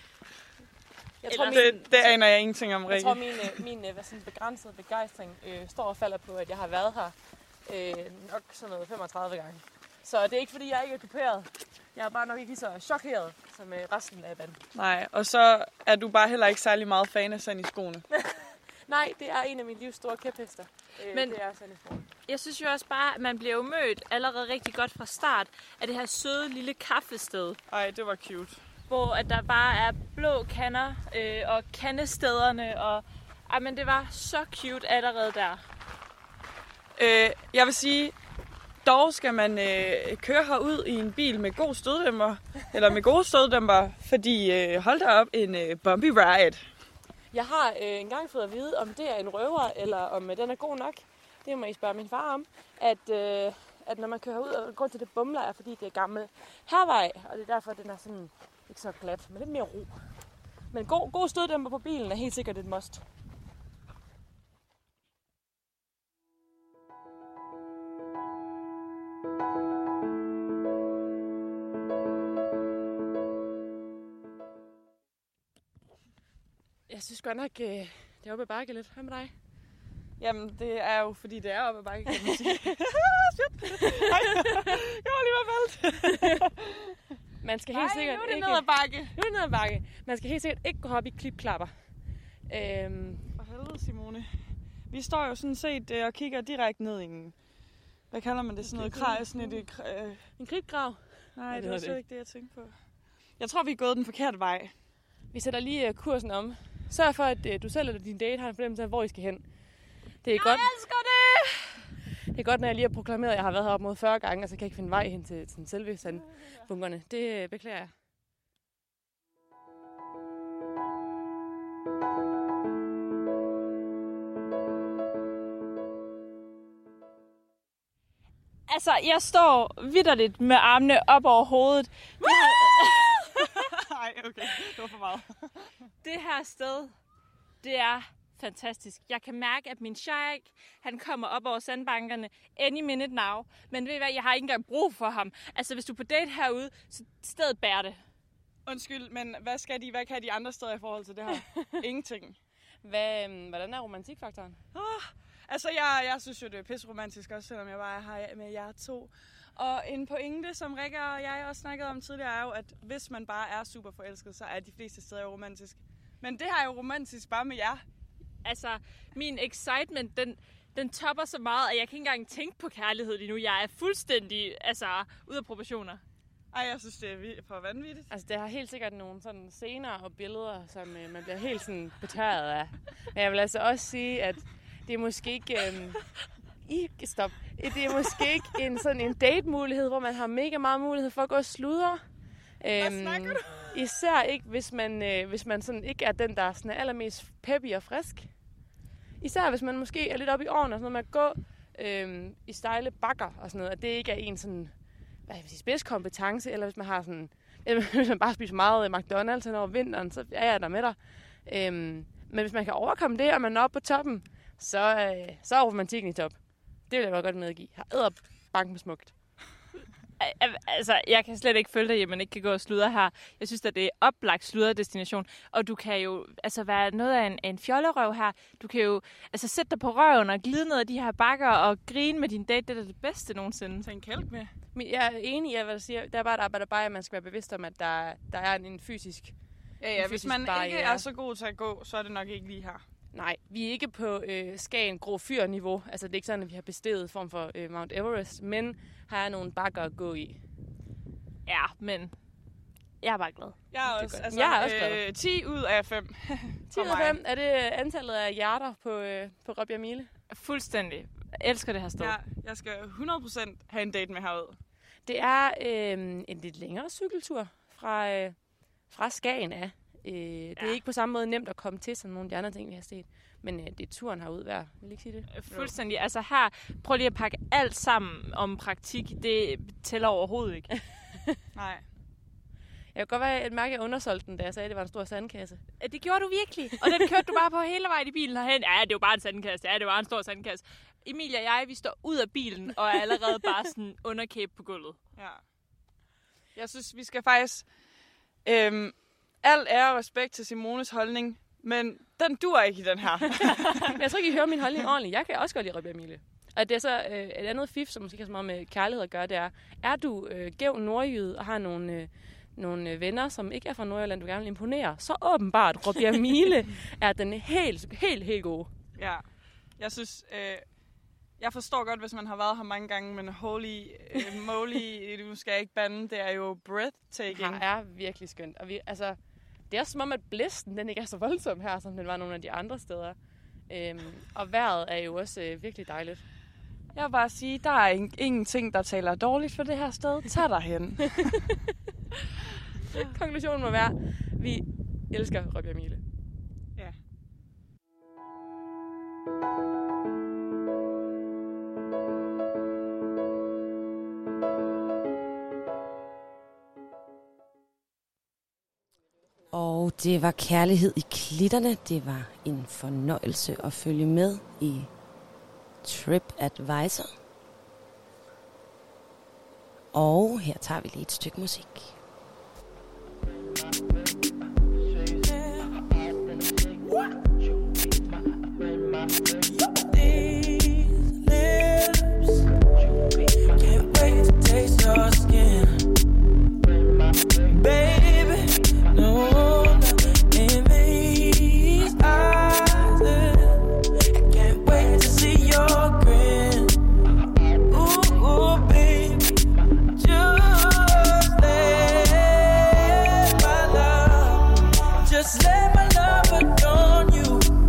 Det aner jeg ingenting om, Rikke. Jeg tror, min begrænsede begejstring står og falder på, at jeg har været her nok sådan noget 35 gange. Så det er ikke, fordi jeg ikke er kuperet. Jeg er bare nok ikke lige så chokeret som resten af banden. Nej, og så er du bare heller ikke særlig meget fan af sand i skoene. Nej, det er en af mine livs store kæphester. Men det er sand i skoene. Jeg synes jo også bare, at man bliver jo mødt allerede rigtig godt fra start af det her søde lille kaffested. Ej, det var cute. Hvor at der bare er blå kander og kandestederne. Og, men det var så cute allerede der. Jeg vil sige, dog skal man køre herud i en bil med god støddæmper, eller med gode støddæmper, fordi hold da op, en bumpy ride. Jeg har engang fået at vide, om det er en røver, eller om den er god nok. Det må I spørge min far om. At når man kører ud, og grund til det bumler er, fordi det er gammel hervej, og det er derfor, den er sådan ikke så glat, men lidt mere ro. Men god støddæmper på bilen er helt sikkert et must. Jeg synes godt nok, det er oppe ad bakke lidt. Hvad med dig? Jamen, det er jo, fordi det er oppe ad bakke, kan man sige. Shit! Jeg var lige ved faldt. Man skal helt sikkert nu er det ned ad bakke. Nu er det ned ad bakke. Man skal helt sikkert ikke gå op i klipklapper. For helvede, Simone. Vi står jo sådan set og kigger direkte ned i en... Hvad kalder man det? Sådan noget kraj? En klipgrav? Nej, det var slet ikke det, jeg tænkte på. Jeg tror, vi er gået den forkerte vej. Vi sætter lige kursen om. Sørg for, at du selv eller din date har en fornemmelse af, hvor I skal hen. Det er godt. Jeg elsker det! Det er godt, når jeg lige har proklameret, at jeg har været heroppe mod 40 gange, og så kan jeg ikke finde vej hen til selve sandbunkerne. Det beklager jeg. Altså, jeg står vitterligt med armene op over hovedet. Nej, okay. Det var for meget. Det her sted, det er fantastisk. Jeg kan mærke, at min sheik, han kommer op over sandbankerne any minute now. Men ved I hvad, jeg har ikke engang brug for ham. Altså, hvis du er på date herude, så stedet bærer det. Undskyld, men hvad kan de andre steder i forhold til det her? Ingenting. Hvordan er romantikfaktoren? Altså, jeg synes jo, det er pisseromantisk også, selvom jeg bare er her med jer to. Og en pointe, som Rikke og jeg også snakkede om tidligere, er jo, at hvis man bare er super forelsket, så er de fleste steder jo romantisk. Men det her er jo romantisk bare med jer. Altså, min excitement, den topper så meget, at jeg kan ikke engang tænke på kærlighed lige nu. Jeg er fuldstændig ude af proportioner. Ej, jeg synes, det er for vanvittigt. Altså, det har helt sikkert nogle sådan scener og billeder, som man bliver helt sådan betøret af. Men jeg vil altså også sige, at det er måske ikke... Det er måske ikke en date-mulighed, hvor man har mega meget mulighed for at gå og sludre. Hvad snakker du? Især ikke, hvis man sådan ikke er den, der er sådan allermest peppy og frisk. Især hvis man måske er lidt oppe i årene og sådan noget med at gå i stejle bakker og sådan noget. At det ikke er en sådan, spidskompetence, eller hvis man har sådan... Hvis man bare spiser meget McDonald's hen over vinteren, så er jeg der med dig. Men hvis man kan overkomme det, og man er oppe på toppen, så er romantikken i top. Det vil jeg godt medgive. Har æderbanken smukt. Altså, jeg kan slet ikke følge dig, at man ikke kan gå og sludre her. Jeg synes, at det er oplagt sludredestination. Og du kan jo være noget af en fjollerøv her. Du kan jo sætte dig på røven og glide ned ad de her bakker og grine med din date. Det er det bedste nogensinde. Tag en kælk med. Jeg er enig i, hvad du siger. Det er bare et arbejde bare, at man skal være bevidst om, at der er en fysisk Ja, hvis man barriere. Ikke er så god til at gå, så er det nok ikke lige her. Nej, vi er ikke på Skagen Grå Fyr-niveau. Altså, det er ikke sådan, at vi har besteget form for Mount Everest, men har nogle bakker at gå i. Ja, men Jeg er bare glad. Jeg er også, altså, jeg er også glad. 10 ud af 5. 10 ud af 5? Er det antallet af hjerter på Robbie og Mille? Fuldstændig. Jeg elsker det her sted. Ja, jeg skal 100% have en date med herud. Det er en lidt længere cykeltur fra Skagen af. Det er ikke på samme måde nemt at komme til, som nogle af de andre ting, vi har set. Men det er turen herud værd. Vil I ikke sige det? Fuldstændig. Altså her, prøv lige at pakke alt sammen om praktik. Det tæller overhovedet ikke. Nej. Jeg kan godt mærke, at jeg undersolgte den, da jeg sagde, at det var en stor sandkasse. Det gjorde du virkelig. Og den kørte du bare på hele vejen i bilen herhen. Ja, det er jo bare en sandkasse. Ja, det var en stor sandkasse. Emilie og jeg, vi står ud af bilen og er allerede bare sådan underkæb på gulvet. Ja. Jeg synes, vi skal faktisk... al ære og respekt til Simones holdning, men den dur ikke i den her. Men jeg tror ikke, I hører min holdning ordentligt. Jeg kan også godt lide Robbie og Mille. Og det er så et andet fif, som måske har så meget med kærlighed at gøre, det er du gæv nordjyde og har nogle venner, som ikke er fra Nordjylland, du gerne vil imponere, så åbenbart Robbie og Mille er den helt gode. Ja, jeg synes... Jeg forstår godt, hvis man har været her mange gange, men holy moly, nu skal jeg ikke bande, det er jo breathtaking. Det er virkelig skønt. Og det er som om, at blæsten den ikke er så voldsom her, som den var nogle af de andre steder. Og vejret er jo også virkelig dejligt. Jeg vil bare sige, der er ingenting, der taler dårligt for det her sted. Tag dig hen. Konklusionen må være, vi elsker Robbie og Mille. Ja. Og det var kærlighed i klitterne. Det var en fornøjelse at følge med i TripAdvisor. Og her tager vi lige et stykke musik. Just let my love adorn you.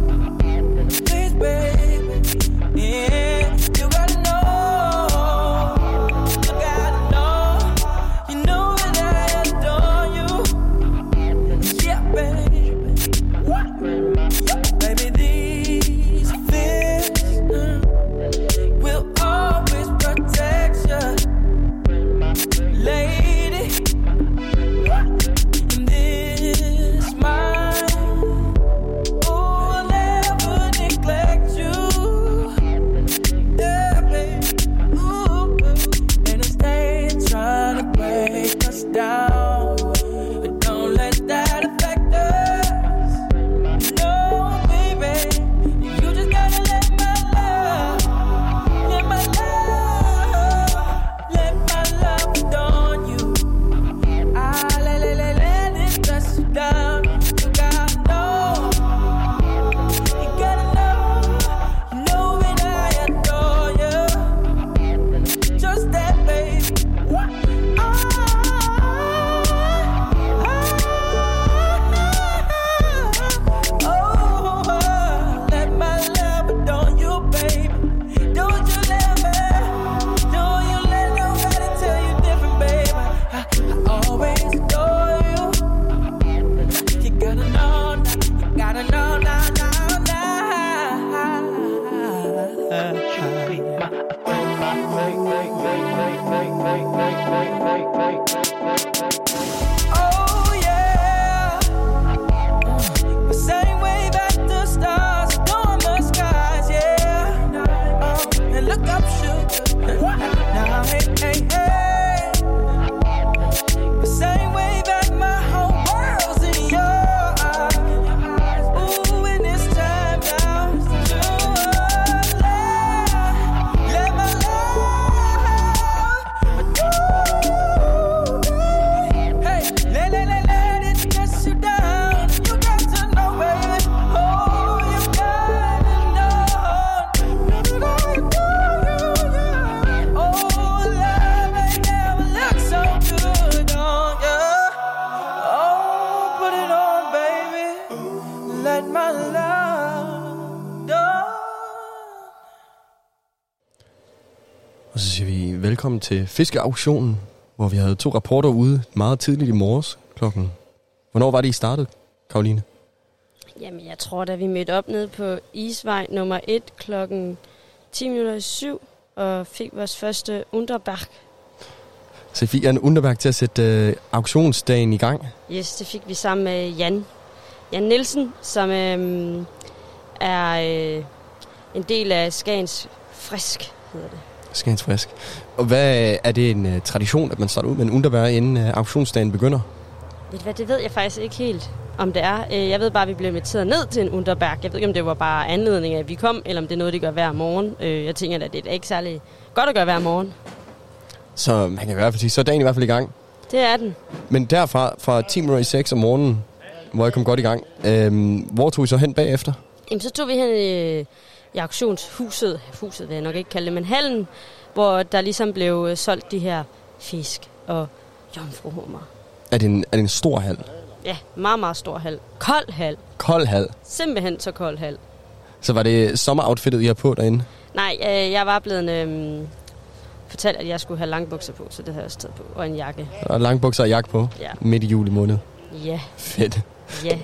Og så siger vi velkommen til fiskeauktionen, hvor vi havde 2 rapporter ude meget tidligt i morges klokken. Hvornår var det, I startede, Karoline? Jamen, jeg tror, da vi mødte op nede på Isvej nummer 1 klokken 7:10 og fik vores første Unterberg. Så I fik en Unterberg til at sætte auktionsdagen i gang? Yes, det fik vi sammen med Jan Nielsen, som er en del af Skagens Frisk, hedder det. Skagens Frisk. Og hvad er det en tradition, at man starter ud med en Unterberg, inden auktionsdagen begynder? Det ved jeg faktisk ikke helt, om det er. Jeg ved bare, at vi blev inviteret ned til en Unterberg. Jeg ved ikke, om det var bare anledning af, at vi kom, eller om det er noget, de gør hver morgen. Jeg tænker, at det er ikke særlig godt at gøre hver morgen. Så man kan i hvert fald sige, så er dagen i hvert fald i gang. Det er den. Men derfra, fra 6:10 om morgenen, hvor jeg kom godt i gang, hvor tog I så hen bagefter? Jamen, så tog vi hen i auktionshuset, huset vil jeg nok ikke kalde det, men hallen, hvor der ligesom blev solgt de her fisk og jomfruhummer. Er det en stor hal? Ja, meget, meget stor hal. Kold hal. Kold hal? Simpelthen så kold hal. Så var det sommeroutfittet, I har på derinde? Nej, jeg var blevet fortalt, at jeg skulle have langbukser på, så det har jeg også taget på, og en jakke. Og langbukser og jakke på? Ja. Midt i juli måned? Ja. Fedt. Ja.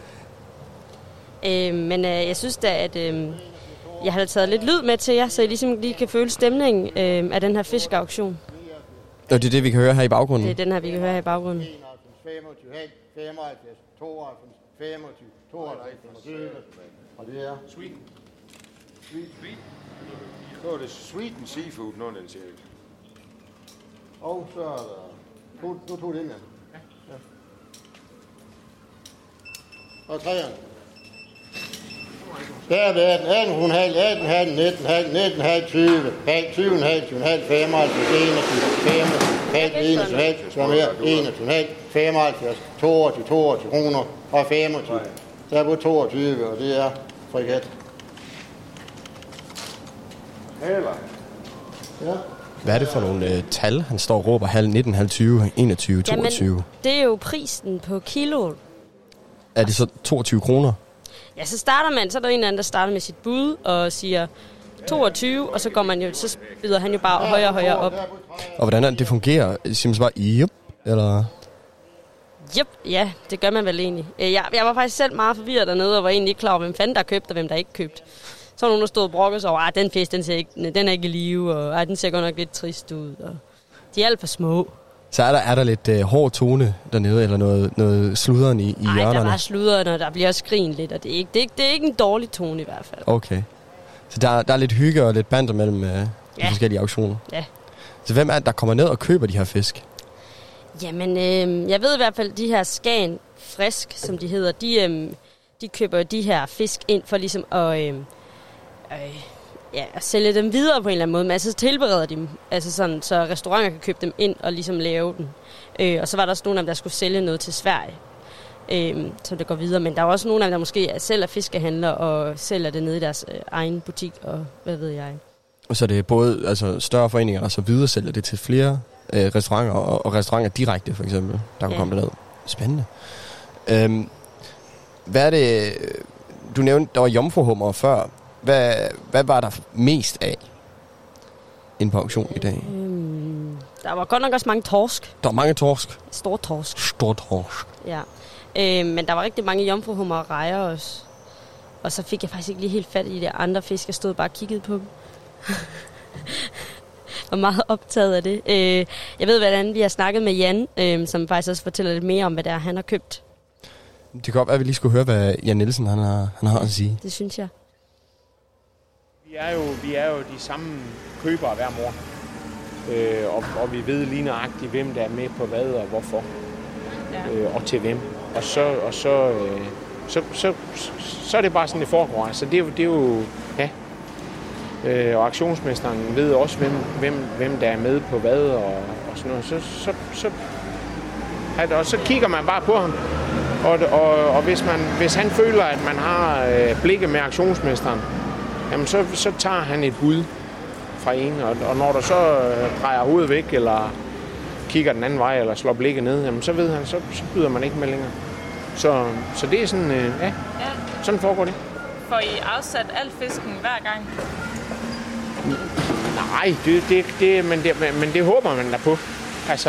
Men jeg synes da, at jeg har taget lidt lyd med til jer, så I ligesom lige kan føle stemningen af den her fiskeauktion. Og det er det, vi kan høre her i baggrunden? Det er den her, vi kan høre her i baggrunden. 25, 75, 92, 25, 52, 25, og det er Sweden. Så er det Sweden Seafood, nogen den siger. Og så er der... Du tog det ind, ja. Og træerne. Der er det 18, 18,5, 19,5, 19,5, 20, 20,5, 20,5, 55, 21, 21, som er 21,5, 75, 22 kroner og 25. Der er på 22, og det er frikat. Heller. Ja. Hvad er det for nogle tal, han står og råber? Halv 19, halv 20, 21, 22? Jamen, det er jo prisen på kiloen. Er det så 22 kroner? Ja, så starter man, så er der en eller anden, der starter med sit bud og siger 22, og så går man jo, så byder han jo bare højere og højere op. Og hvordan er det fungerer? Siger man så bare, yep, eller? Yep, ja, det gør man vel egentlig. Jeg var faktisk selv meget forvirret dernede, og var egentlig ikke klar over, hvem fanden der købte, og hvem der ikke købte. Så var nogen, der stod og brokkede sig over, den fisk, den er ikke i live, og den ser godt nok lidt trist ud, og de er alt for små. Så er der lidt hård tone dernede, eller noget sluderen i hjørnerne? Nej, der var sluderen, og der bliver også skrinet lidt, og det er ikke en dårlig tone i hvert fald. Okay. Så der er lidt hygge og lidt banter mellem de forskellige auktioner? Ja. Så hvem er det, der kommer ned og køber de her fisk? Jamen, jeg ved i hvert fald, de her Skagen Frisk, som de hedder, de køber de her fisk ind for ligesom at sælge dem videre på en eller anden måde. Men altså tilbereder dem, altså sådan, så restauranter kan købe dem ind og ligesom lave dem. Og så var der også nogle af dem, der skulle sælge noget til Sverige, så det går videre. Men der er også nogle af dem, der måske sælger fiskehandler og sælger det nede i deres egen butik, og hvad ved jeg. Og så er det både altså, større foreninger, der så videre sælger det til flere restauranter, og restauranter direkte for eksempel, der kunne komme derned. Spændende. Hvad er det, du nævnte, der var jomfruhummer før. Hvad var der mest af inde på auktionen i dag? Der var godt nok også mange torsk. Der var mange torsk? Stor torsk. Stor torsk. Ja. Men der var rigtig mange jomfruhummer og rejer også. Og så fik jeg faktisk ikke lige helt fat i de andre fisk. Jeg stod bare og kiggede på dem. var meget optaget af det. Jeg ved, hvordan vi har snakket med Jan, som faktisk også fortæller lidt mere om, hvad det er, han har købt. Det kan godt være, at vi lige skulle høre, hvad Jan Nielsen han har at sige. Det synes jeg. Vi er jo de samme købere hver morgen. Og vi ved lige nøjagtigt, hvem der er med på hvad og hvorfor. Ja. Og til hvem. Og så er det bare sådan, det foregår. Så det er jo ja. Og auktionsmesteren ved også, hvem der er med på hvad og sådan noget. Så kigger man bare på ham. Og hvis han føler, at man har blikket med auktionsmesteren, jamen så tager han et bud fra en. Og når der så drejer hovedet væk, eller kigger den anden vej, eller slår blikket ned, jamen så ved han, så byder man ikke med længere. Så det er sådan, sådan foregår det. Får I afsat al fisken hver gang? Nej, men det håber man da på. Altså,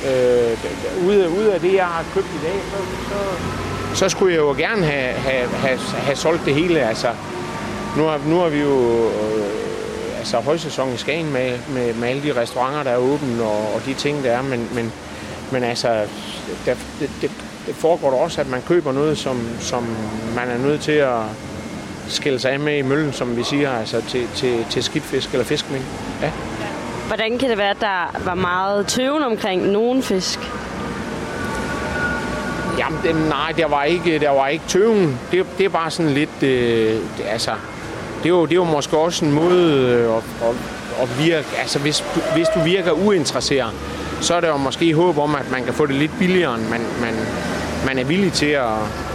ud af det, jeg har købt i dag, så skulle jeg jo gerne have solgt det hele. Altså, nu har vi jo højsæson i Skagen med alle de restauranter, der er åbne, og de ting, der er. Men altså, det foregår der også, at man køber noget, som man er nødt til at skille sig af med i møllen, som vi siger, altså til skidtfisk eller fiskmænd. Ja. Hvordan kan det være, at der var meget tøven omkring nogen fisk? Jamen, der var ikke tøven. Det er bare sådan lidt, det er jo måske også en måde at virke. Altså, hvis du virker uinteresseret, så er der jo måske håb om, at man kan få det lidt billigere, end man er villig til at...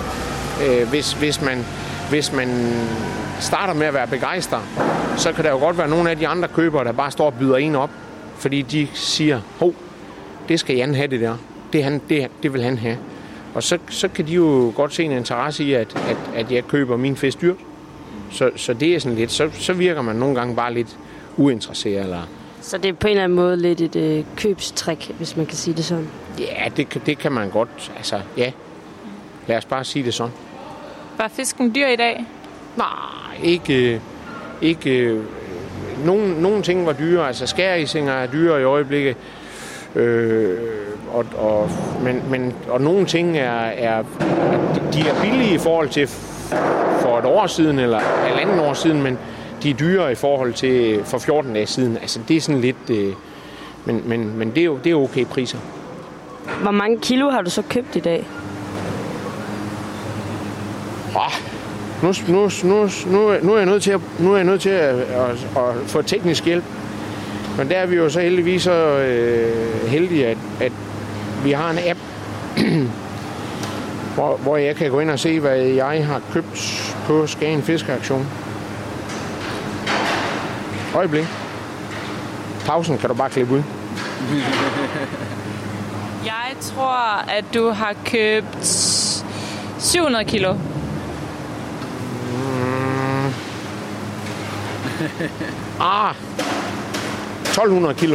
Hvis man starter med at være begejstret, så kan der jo godt være nogle af de andre købere, der bare står og byder en op, fordi de siger, hov, det skal Jan have det der. Det vil han have. Og så kan de jo godt se en interesse i, at jeg køber min fisk dyrt. Så det er sådan lidt, så virker man nogle gange bare lidt uinteresseret. Eller... Så det er på en eller anden måde lidt et købstrik, hvis man kan sige det sådan? Ja, det kan man godt. Altså, ja. Lad os bare sige det sådan. Var fisken dyr i dag? Nej, ikke. Nogle ting var dyre. Altså, skærisinger er dyre i øjeblikket. Og nogle ting er de er billige i forhold til for et år siden eller halvanden år siden, men de er dyre i forhold til for 14 dage siden. Altså, det er sådan lidt... Men det er okay priser. Hvor mange kilo har du så købt i dag? Nu er jeg nødt til at få teknisk hjælp. Men der er vi jo så heldigvis så heldige, at vi har en app, hvor jeg kan gå ind og se, hvad jeg har købt på Skagen Fiskeaktion. Øjeblik. Pausen kan du bare klippe ud. Jeg tror, at du har købt 700 kilo. 1200 kilo.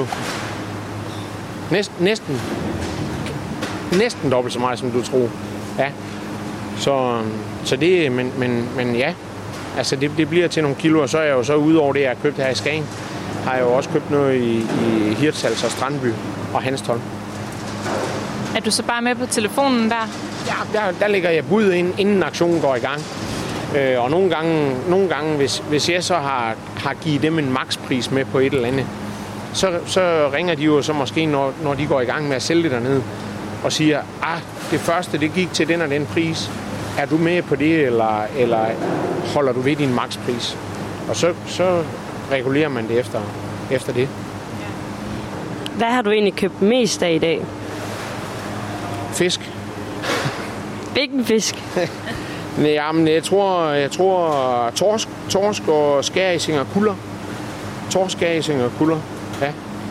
Næsten dobbelt så meget, som du tror. Ja. Så det, men ja. Altså, det bliver til nogle kilo, og så er jeg jo så udover det, jeg har købt her i Skagen, har jeg jo også købt noget i Hirtshals og Strandby og Hanstholm. Er du så bare med på telefonen der? Ja, der lægger jeg bud ind, inden aktionen går i gang. Og nogle gange hvis jeg så har givet dem en makspris med på et eller andet, så ringer de jo så måske, når de går i gang med at sælge det dernede, og siger, det første, det gik til den og den pris. Er du med på det, eller holder du ved din makspris? Og så regulerer man det efter det. Hvad har du egentlig købt mest af i dag? Fisk. Hvilken fisk? Jamen, jeg tror torsk og skærising og kulder. Torsk, skærising og kulder, ja.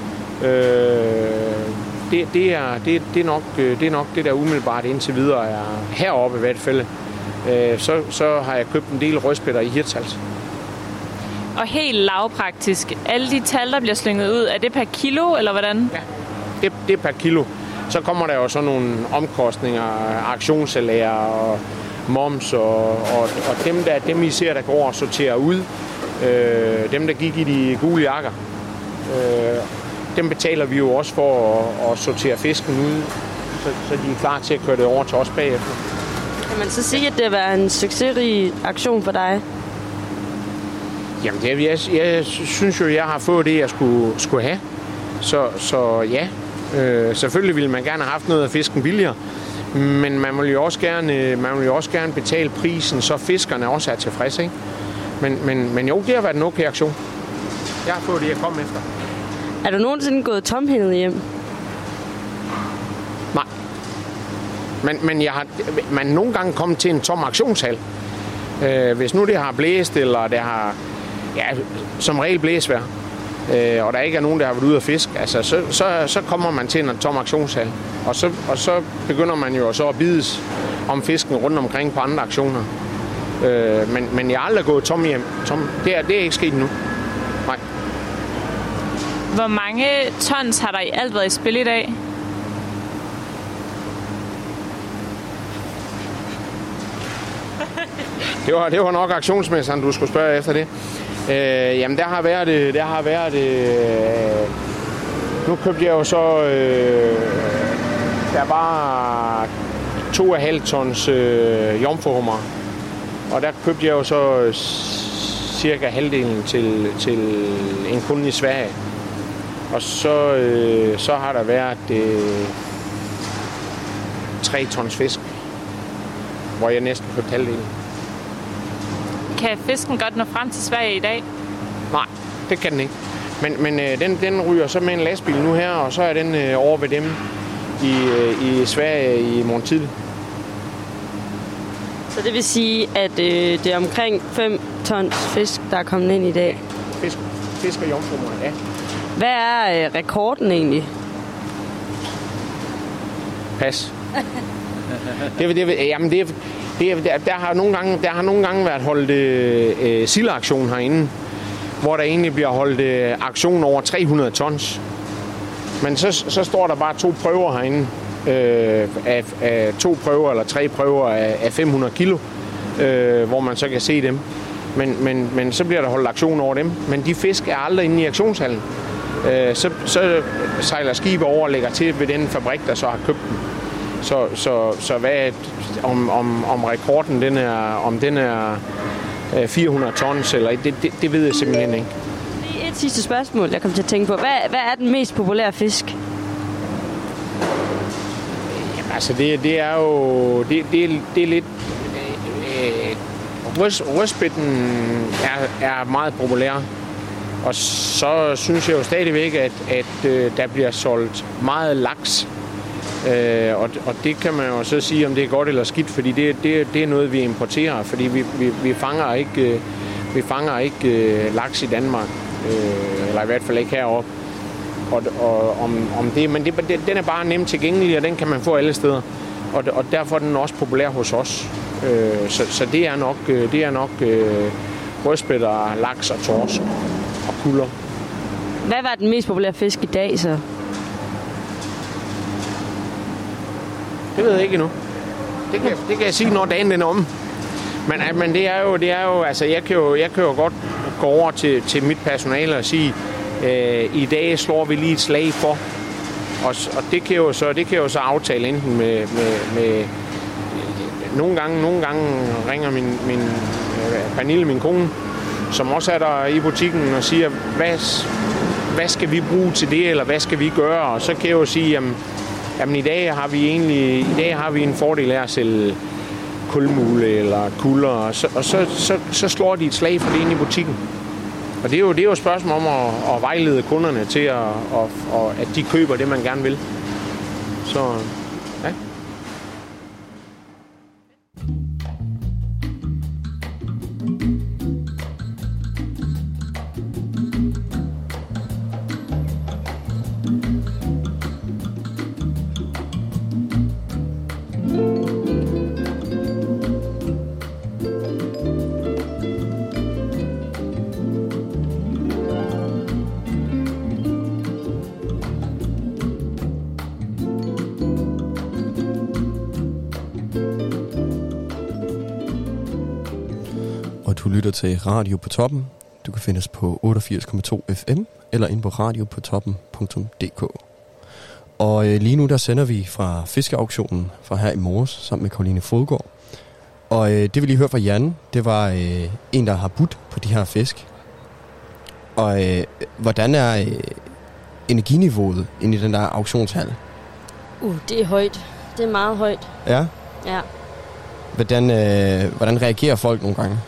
Det er nok det, der umiddelbart indtil videre er heroppe i hvert fald. Så har jeg købt en del rødspætter i Hirtshals. Og helt lavpraktisk, alle de tal, der bliver slynget ud, er det per kilo, eller hvordan? Ja, det er per kilo. Så kommer der jo så nogle omkostninger, aktionssalærer og moms, og dem I ser, der går og sorterer ud. Dem, der gik i de gule jakker. Dem betaler vi jo også for at sortere fisken ud, så de er klar til at køre det over til os bagefter. Kan man så sige, at det var en succesrig aktion for dig? Jamen, jeg synes jo, jeg har fået det, jeg skulle have. Så ja, selvfølgelig ville man gerne have haft noget af fisken billigere, men man vil jo også gerne betale prisen, så fiskerne også er tilfredse, ikke? Men jo, det har været en okay aktion. Jeg har fået det, jeg kom efter. Er du nogensinde gået tomhændet hjem? Nej. Men man nogle gange kommet til en tom aktionshal. Hvis nu det har blæst, eller det har som regel blæsvejr, og der ikke er nogen, der har været ude at fiske, altså, så kommer man til en tom aktionshal. Og så begynder man jo så at bides om fisken rundt omkring på andre aktioner. Men jeg har aldrig gået tom hjem. Det er ikke sket endnu. Nej. Hvor mange tons har der i alt været i spil i dag? Det var nok aktionsmesteren, du skulle spørge efter det. Jamen, der har været nu købte jeg jo så, der var 2,5 tons jomfruhummer. Og der købte jeg jo så cirka halvdelen til en kunde i Sverige. Og så har der været 3 tons fisk, hvor jeg næsten købte halvdelen. Kan fisken godt nå frem til Sverige i dag? Nej, det kan den ikke. Men den ryger så med en lastbil nu her, og så er den over ved dem i Sverige i morgen tidlig. Så det vil sige, at det er omkring 5 tons fisk, der er kommet ind i dag? Fisk og jomfruer, ja. Hvad er rekorden egentlig? Pas. Der har nogle gange været holdt sildeaktion herinde, hvor der egentlig bliver holdt aktion over 300 tons. Men så står der bare 2 prøver herinde, af 2 prøver eller 3 prøver af 500 kilo, hvor man så kan se dem. Men så bliver der holdt aktion over dem. Men de fisk er aldrig inde i aktionshallen. Så sejler skibet over og lægger til ved den fabrik, der så har købt dem. Så hvad om rekorden den er 400 tons eller det ved jeg simpelthen ikke. Det er et sidste spørgsmål, jeg kom til at tænke på. Hvad er den mest populære fisk? Jamen, altså det er jo det er lidt rødspætten er meget populær. Og så synes jeg jo stadigvæk, at der bliver solgt meget laks. Og det kan man jo så sige, om det er godt eller skidt, fordi det er noget, vi importerer, fordi vi fanger ikke laks i Danmark, eller i hvert fald ikke heroppe. Og om det, men den er bare nemt tilgængelig, og den kan man få alle steder. Og derfor er den også populær hos os. Så det er nok rødspætter, laks og torsk og kulder. Hvad var den mest populære fisk i dag så? Det ved jeg ikke endnu. Det kan jeg sige, når dagen den er om. Men det er jo, altså jeg kan jo godt gå over til mit personale og sige, i dag slår vi lige et slag for. Og det kan jo så aftale enten med nogle gange ringer min Pernille, min kone, som også er der i butikken og siger, hvad skal vi bruge til det, eller hvad skal vi gøre? Og så kan jeg jo sige, jamen i dag har vi en fordel af at sælge kulmule eller kulder, og så slår de et slag for det inde i butikken. Og det er jo et spørgsmål om at vejlede kunderne til, at de køber det, man gerne vil. Så, ja. Du lytter til Radio på Toppen. Du kan findes på 88,2 FM eller ind på radiopotoppen.dk. Og lige nu der sender vi fra fiskeauktionen fra her i morges sammen med Karoline Fodgaard. Og det vi lige hørte fra Jan, det var en, der har budt på de her fisk. Og hvordan er energiniveauet inde i den der auktionshal? Det er højt. Det er meget højt. Ja? Ja. Hvordan reagerer folk nogle gange?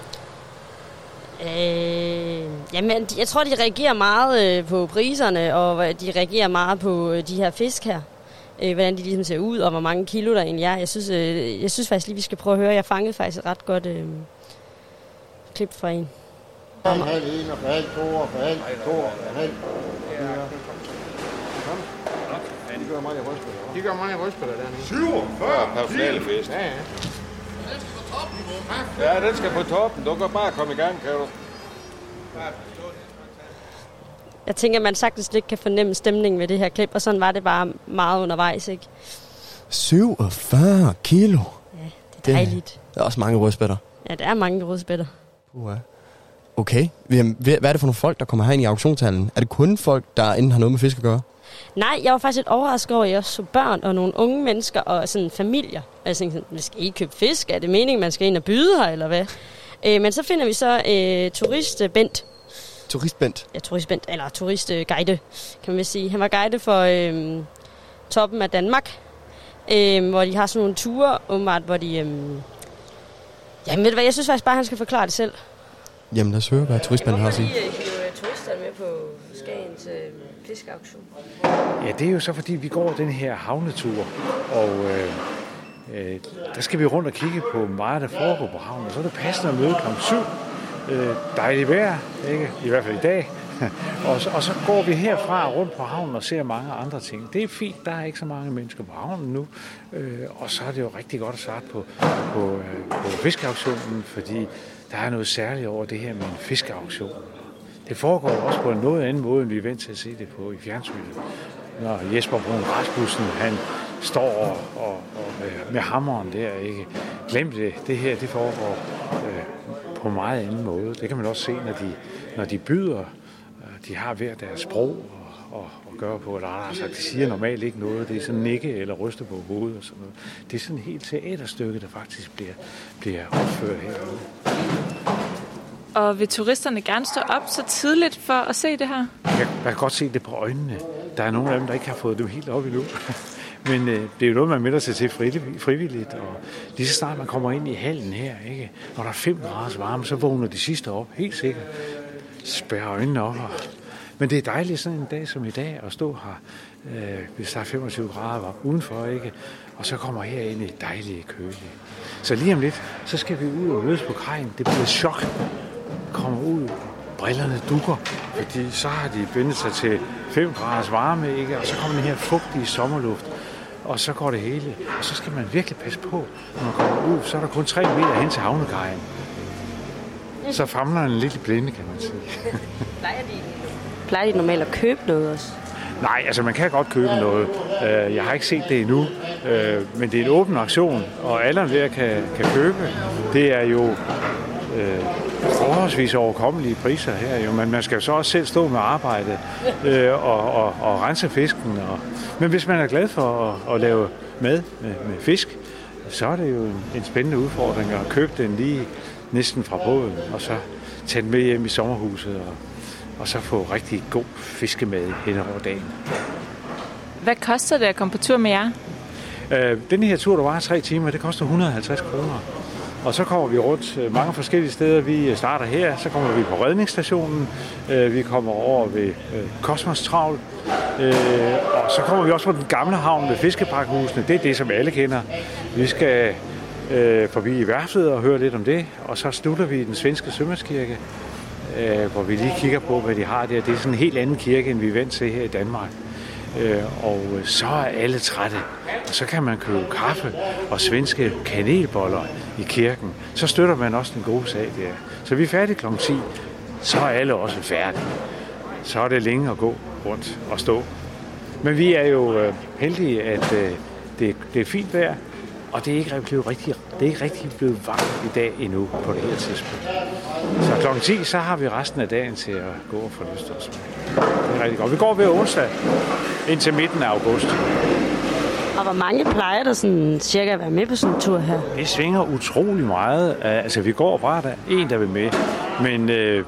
Jamen, jeg tror, de reagerer meget på priserne, og de reagerer meget på de her fisk her. Hvordan de ligesom ser ud, og hvor mange kilo der egentlig er. Jeg synes faktisk lige, vi skal prøve at høre. Jeg fangede faktisk et ret godt klip fra en. For halv 1, og for halv 2, og for halv 2, og for halv. De gør mange rødspætter. De gør mange rødspætter dernede. 47 personalefisk. Ja. Ja, den skal på toppen. Du kan bare komme i gang, kan du? jeg tænker, at man sagtens lidt kan fornemme stemningen ved det her klip, og sådan var det bare meget undervejs, ikke? 47 kilo. Ja, det er dejligt. Der er også mange rødspætter. Ja, der er mange rødspætter. Okay. Hvad er det for nogle folk, der kommer herind i auktionshallen? Er det kun folk, der enten har noget med fisk at gøre? Nej, jeg var faktisk lidt overrasket over, at jeg også så børn og nogle unge mennesker og sådan familier. Og jeg tænkte sådan, skal I købe fisk? Er det meningen, man skal ind og byde her, eller hvad? Men så finder vi så turist Bent. Turist Bent? Ja, turist Bent, eller turistguide, kan man sige. Han var guide for toppen af Danmark, hvor de har sådan nogle ture, åbenbart, hvor de... Jamen ved du hvad, jeg synes faktisk bare, han skal forklare det selv. Jamen lad os høre, hvad Turist Bent har at sige. Hvorfor hiver turisterne med på Skagens fiskeauktion? Ja, det er jo så, fordi vi går den her havnetur, og der skal vi rundt og kigge på meget, der foregår på havnen. Og så er det passende at møde kl. 7. Dejligt vejr, ikke? I hvert fald i dag. og så går vi herfra rundt på havnen og ser mange andre ting. Det er fint, der er ikke så mange mennesker på havnen nu. Og så er det jo rigtig godt at starte på fiskeauktionen, fordi der er noget særligt over det her med en fiskeauktion. Det foregår også på en noget anden måde, end vi er vant til at se det på i fjernsynet. Når Jesper Bruun Rasmussen, han står og med hammeren der, ikke? Glem det. Det her, det foregår på en meget anden måde. Det kan man også se, når de byder. De har hver deres sprog og gøre på. Eller altså, de siger normalt ikke noget. Det er sådan nikke eller ryste på hovedet og sådan noget. Det er sådan et helt teaterstykke, der faktisk bliver opført herude. Og vil turisterne gerne stå op så tidligt for at se det her? Man kan godt se det på øjnene. Der er nogle af dem, der ikke har fået dem helt op endnu. Men det er jo noget, man melder sig til frivilligt. Og lige så snart man kommer ind i hallen her, ikke? Når der er 5 graders varme, så vågner de sidste op, helt sikkert. Spærrer øjnene op. Men det er dejligt sådan en dag som i dag at stå her, hvis der er 25 grader varme udenfor, ikke? Og så kommer her ind i dejlige køle. Så lige om lidt, så skal vi ud og mødes på kajen. Det bliver et chok. Kommer ud, brillerne dukker, fordi så har de vendt sig til 5 graders varme, ikke? Og så kommer den her fugtige sommerluft, og så går det hele. Og så skal man virkelig passe på, når man kommer ud, så er der kun 3 meter hen til havnekajen. Så famler den lidt i blinde, kan man sige. Plejer de normalt at købe noget også? Nej, altså man kan godt købe noget. Jeg har ikke set det endnu, men det er en åben auktion, og alle der kan købe. Det er jo forholdsvis overkommelige priser her, jo, men man skal jo så også selv stå med arbejdet og rense fisken. Men hvis man er glad for at lave mad med fisk, så er det jo en spændende udfordring at købe den lige næsten fra båden, og så tage den med hjem i sommerhuset, og så få rigtig god fiskemad hen over dagen. Hvad koster det at komme på tur med jer? Den her tur, der var 3 timer, det koster 150 kroner. Og så kommer vi rundt mange forskellige steder. Vi starter her, så kommer vi på redningsstationen. Vi kommer over ved Kosmos Travl. Og så kommer vi også på den gamle havn ved Fiskeparkhusene. Det er det, som alle kender. Vi skal forbi i værftet og høre lidt om det. Og så slutter vi i den svenske sømandskirke, hvor vi lige kigger på, hvad de har der. Det er sådan en helt anden kirke, end vi er vant til her i Danmark. Og så er alle trætte. Og så kan man købe kaffe og svenske kanelboller i kirken. Så støtter man også den gode sag der. Så vi er færdige kl. 10. Så er alle også færdige. Så er det længe at gå rundt og stå. Men vi er jo heldige, at det er fint vejr. Og det er ikke rigtig blevet varmt i dag endnu på det her tidspunkt. Så kl. 10, så har vi resten af dagen til at gå og forlyste os med. Det er rigtig godt. Vi går ved onsdag indtil midten af august. Og hvor mange plejer der sådan cirka at være med på sådan en tur her? Det svinger utrolig meget. Altså, vi går bare der. En, der vil med. Men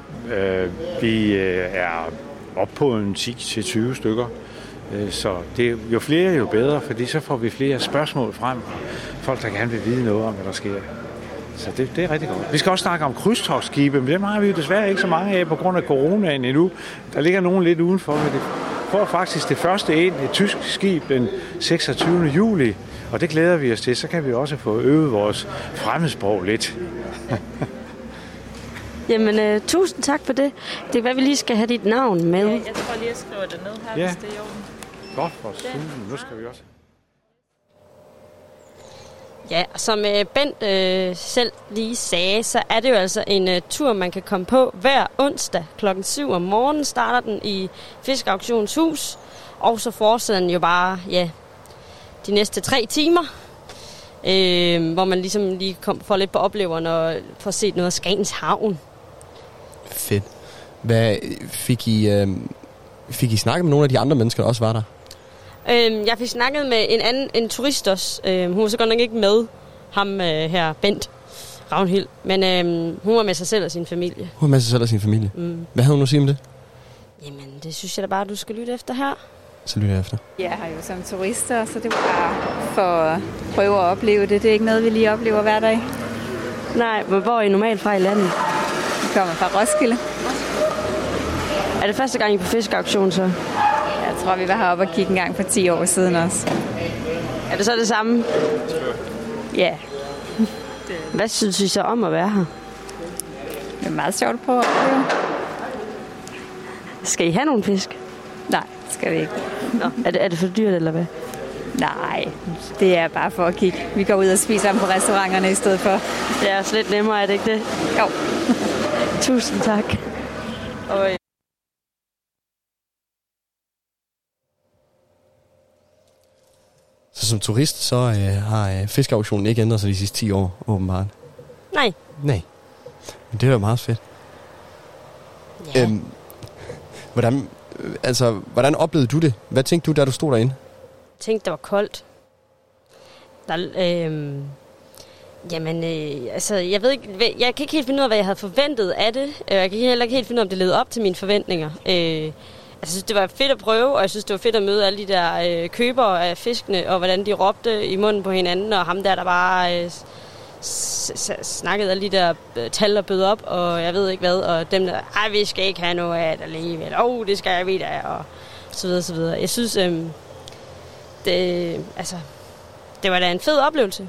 vi er op på en 10-20 stykker. Så det er jo flere, jo bedre, fordi så får vi flere spørgsmål frem. Folk, der gerne vil vide noget om, hvad der sker. Så det er rigtig godt. Vi skal også snakke om krydstogtskibe, men dem har vi jo desværre ikke så mange af på grund af coronaen endnu. Der ligger nogen lidt udenfor, men det får faktisk det første ind, et tysk skib den 26. juli. Og det glæder vi os til. Så kan vi også få øvet vores fremmedsprog lidt. Jamen, tusind tak for det. Det kan være, vi lige skal have dit navn med. Ja, jeg tror lige, jeg skriver det ned her, hvis det er i orden. Godt for Sune. Nu skal vi også. Ja, som Bent selv lige sagde, så er det jo altså en tur, man kan komme på hver onsdag klokken 7 om morgenen. Starter den i Fiskeauktionshus, og så fortsætter den jo bare de næste 3 timer, hvor man ligesom lige får lidt på opleveren og får set noget af Skagens Havn. Fedt. Hvad fik I snakket med nogle af de andre mennesker, der også var der? Jeg fik snakket med en turist også. Hun var så godt nok ikke med ham her, Bent Ravnhild. Men hun var med sig selv og sin familie. Hun var med sig selv og sin familie. Hvad havde hun at sige om det? Jamen, det synes jeg da bare, du skal lytte efter her. Så lytter jeg efter. Jeg er jo som turister, så det var bare for at prøve at opleve det. Det er ikke noget, vi lige oplever hver dag. Nej, men hvor er I normalt fra i landet? Vi kommer fra Roskilde. Er det første gang, I er på fiskeauktion så? Jeg tror, vi var heroppe og kigge en gang for 10 år siden også. Er det så det samme? Ja. Hvad synes I så om at være her? Det er meget sjovt på at opleve. Skal I have nogle fisk? Nej, skal vi ikke. Nå, er det for dyrt, eller hvad? Nej, det er bare for at kigge. Vi går ud og spiser dem på restauranterne i stedet for. Det er også lidt nemmere, er det ikke det? Jo. Tusind tak. Og Så som turist, så har fiskeauktionen ikke ændret sig de sidste 10 år, åbenbart? Nej. Men det er jo meget fedt. Ja. Hvordan oplevede du det? Hvad tænkte du, da du stod derinde? Jeg tænkte, det var koldt. Jeg ved ikke, jeg kan ikke helt finde ud af, hvad jeg havde forventet af det. Jeg kan heller ikke helt finde ud af, om det levede op til mine forventninger. Jeg synes, det var fedt at prøve, og jeg synes, det var fedt at møde alle de der købere af fiskene, og hvordan de råbte i munden på hinanden, og ham der bare snakkede alle de der tal og bød op, og jeg ved ikke hvad, og dem der, vi skal ikke have noget af det alligevel, det skal vi da, og så videre, så videre. Jeg synes, det var da en fed oplevelse.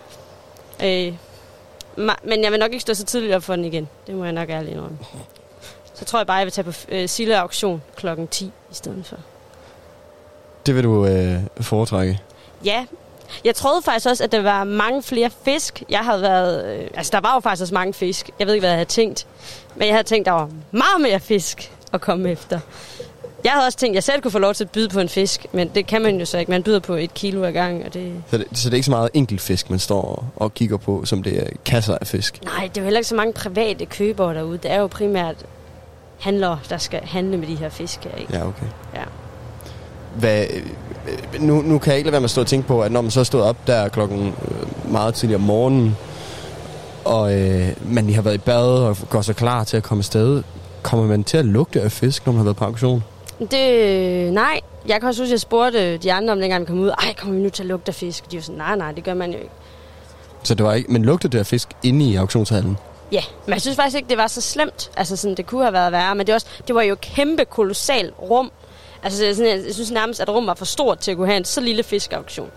Men jeg vil nok ikke stå så tidligt op for den igen. Det må jeg nok ærligt indrømme. Så tror jeg bare, jeg vil tage på Sille-auktion klokken 10 i stedet for. Det vil du foretrække? Ja. Jeg troede faktisk også, at der var mange flere fisk. Jeg havde været... der var jo faktisk også mange fisk. Jeg ved ikke, hvad jeg havde tænkt. Men jeg havde tænkt, der var meget mere fisk at komme efter. Jeg havde også tænkt, at jeg selv kunne få lov til at byde på en fisk. Men det kan man jo så ikke. Man byder på 1 kilo ad gang. Og det... Så det er ikke så meget enkelt fisk, man står og kigger på, som det er kasser af fisk? Nej, det er jo heller ikke så mange private købere derude. Det er jo primært handlere, der skal handle med de her fisk her, ikke? Ja, okay. Ja. Nu kan jeg ikke lade være med at stå og tænke på, at når man så stod op der klokken meget tidligere om morgenen, og man lige har været i bad og går så klar til at komme afsted, kommer man til at lugte af fisk, når man har været på auktion? Nej. Jeg kan også huske, at jeg spurgte de andre om dengang vi kom ud, kommer vi nu til at lugte af fisk? De var sådan, nej, det gør man jo ikke. Så det var ikke, men lugtede det af fisk inde i auktionshallen? Ja, men jeg synes faktisk ikke, det var så slemt. Altså sådan, det kunne have været værre, men det var jo et kæmpe, kolossalt rum. Altså jeg synes nærmest, at rummet var for stort til at kunne have en så lille fiskeauktion.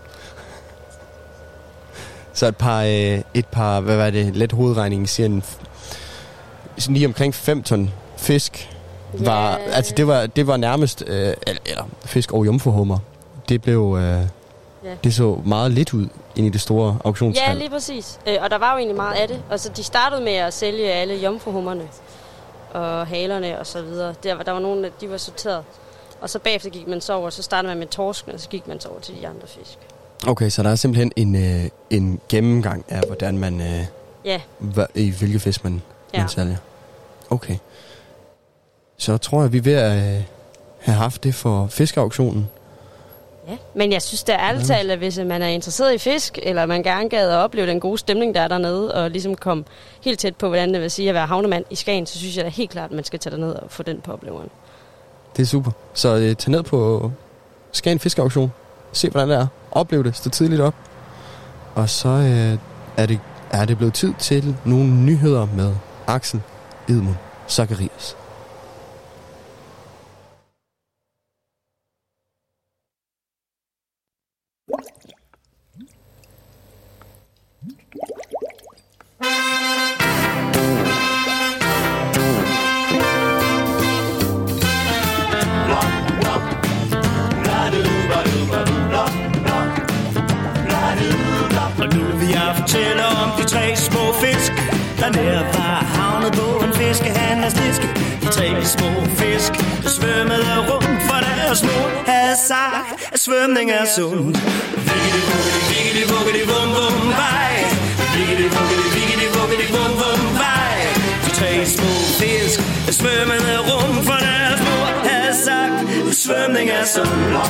Så et par, hvad var det, let hovedregning, siger sådan lige omkring 5 ton fisk. Var, altså det var nærmest, eller fisk og jomfruhummer. Det blev, det så meget lidt ud ind i det store auktionshal. Ja, lige præcis. Og der var jo egentlig meget af det. Og så de startede med at sælge alle jomfruhummerne og halerne og så videre. Der var nogle, de var sorteret. Og så bagefter gik man så over, så startede man med torsken, og så gik man så over til de andre fisk. Okay, så der er simpelthen en gennemgang af, hvordan man... i hvilke fisk man sælger. Okay. Så tror jeg, vi er ved at have haft det for fiskeauktionen. Ja, men jeg synes, det er ærligt talt, at hvis man er interesseret i fisk, eller man gerne gad at opleve den gode stemning, der er dernede, og ligesom komme helt tæt på, hvordan det vil sige at være havnemand i Skagen, så synes jeg da helt klart, at man skal tage derned og få den på opleveren. Det er super. Så tag ned på Skagen Fiskeauktion. Se, hvordan det er. Oplev det. Stå tidligt op. Og så er det blevet tid til nogle nyheder med Axel Edmund Zacharias. Og nu er vi fiskehandlers diske. De 3 små fisk, der svømmede rundt, for deres mor havde sagt, at svømning er sundt. Vigidi, vuggidi, vigidi, vuggidi, vum, vum, vej. Vigidi, vuggidi, vigidi, vuggidi, vum, vum, vej. De 3 små fisk, der svømmede rundt, for deres mor havde sagt, at svømning er sundt.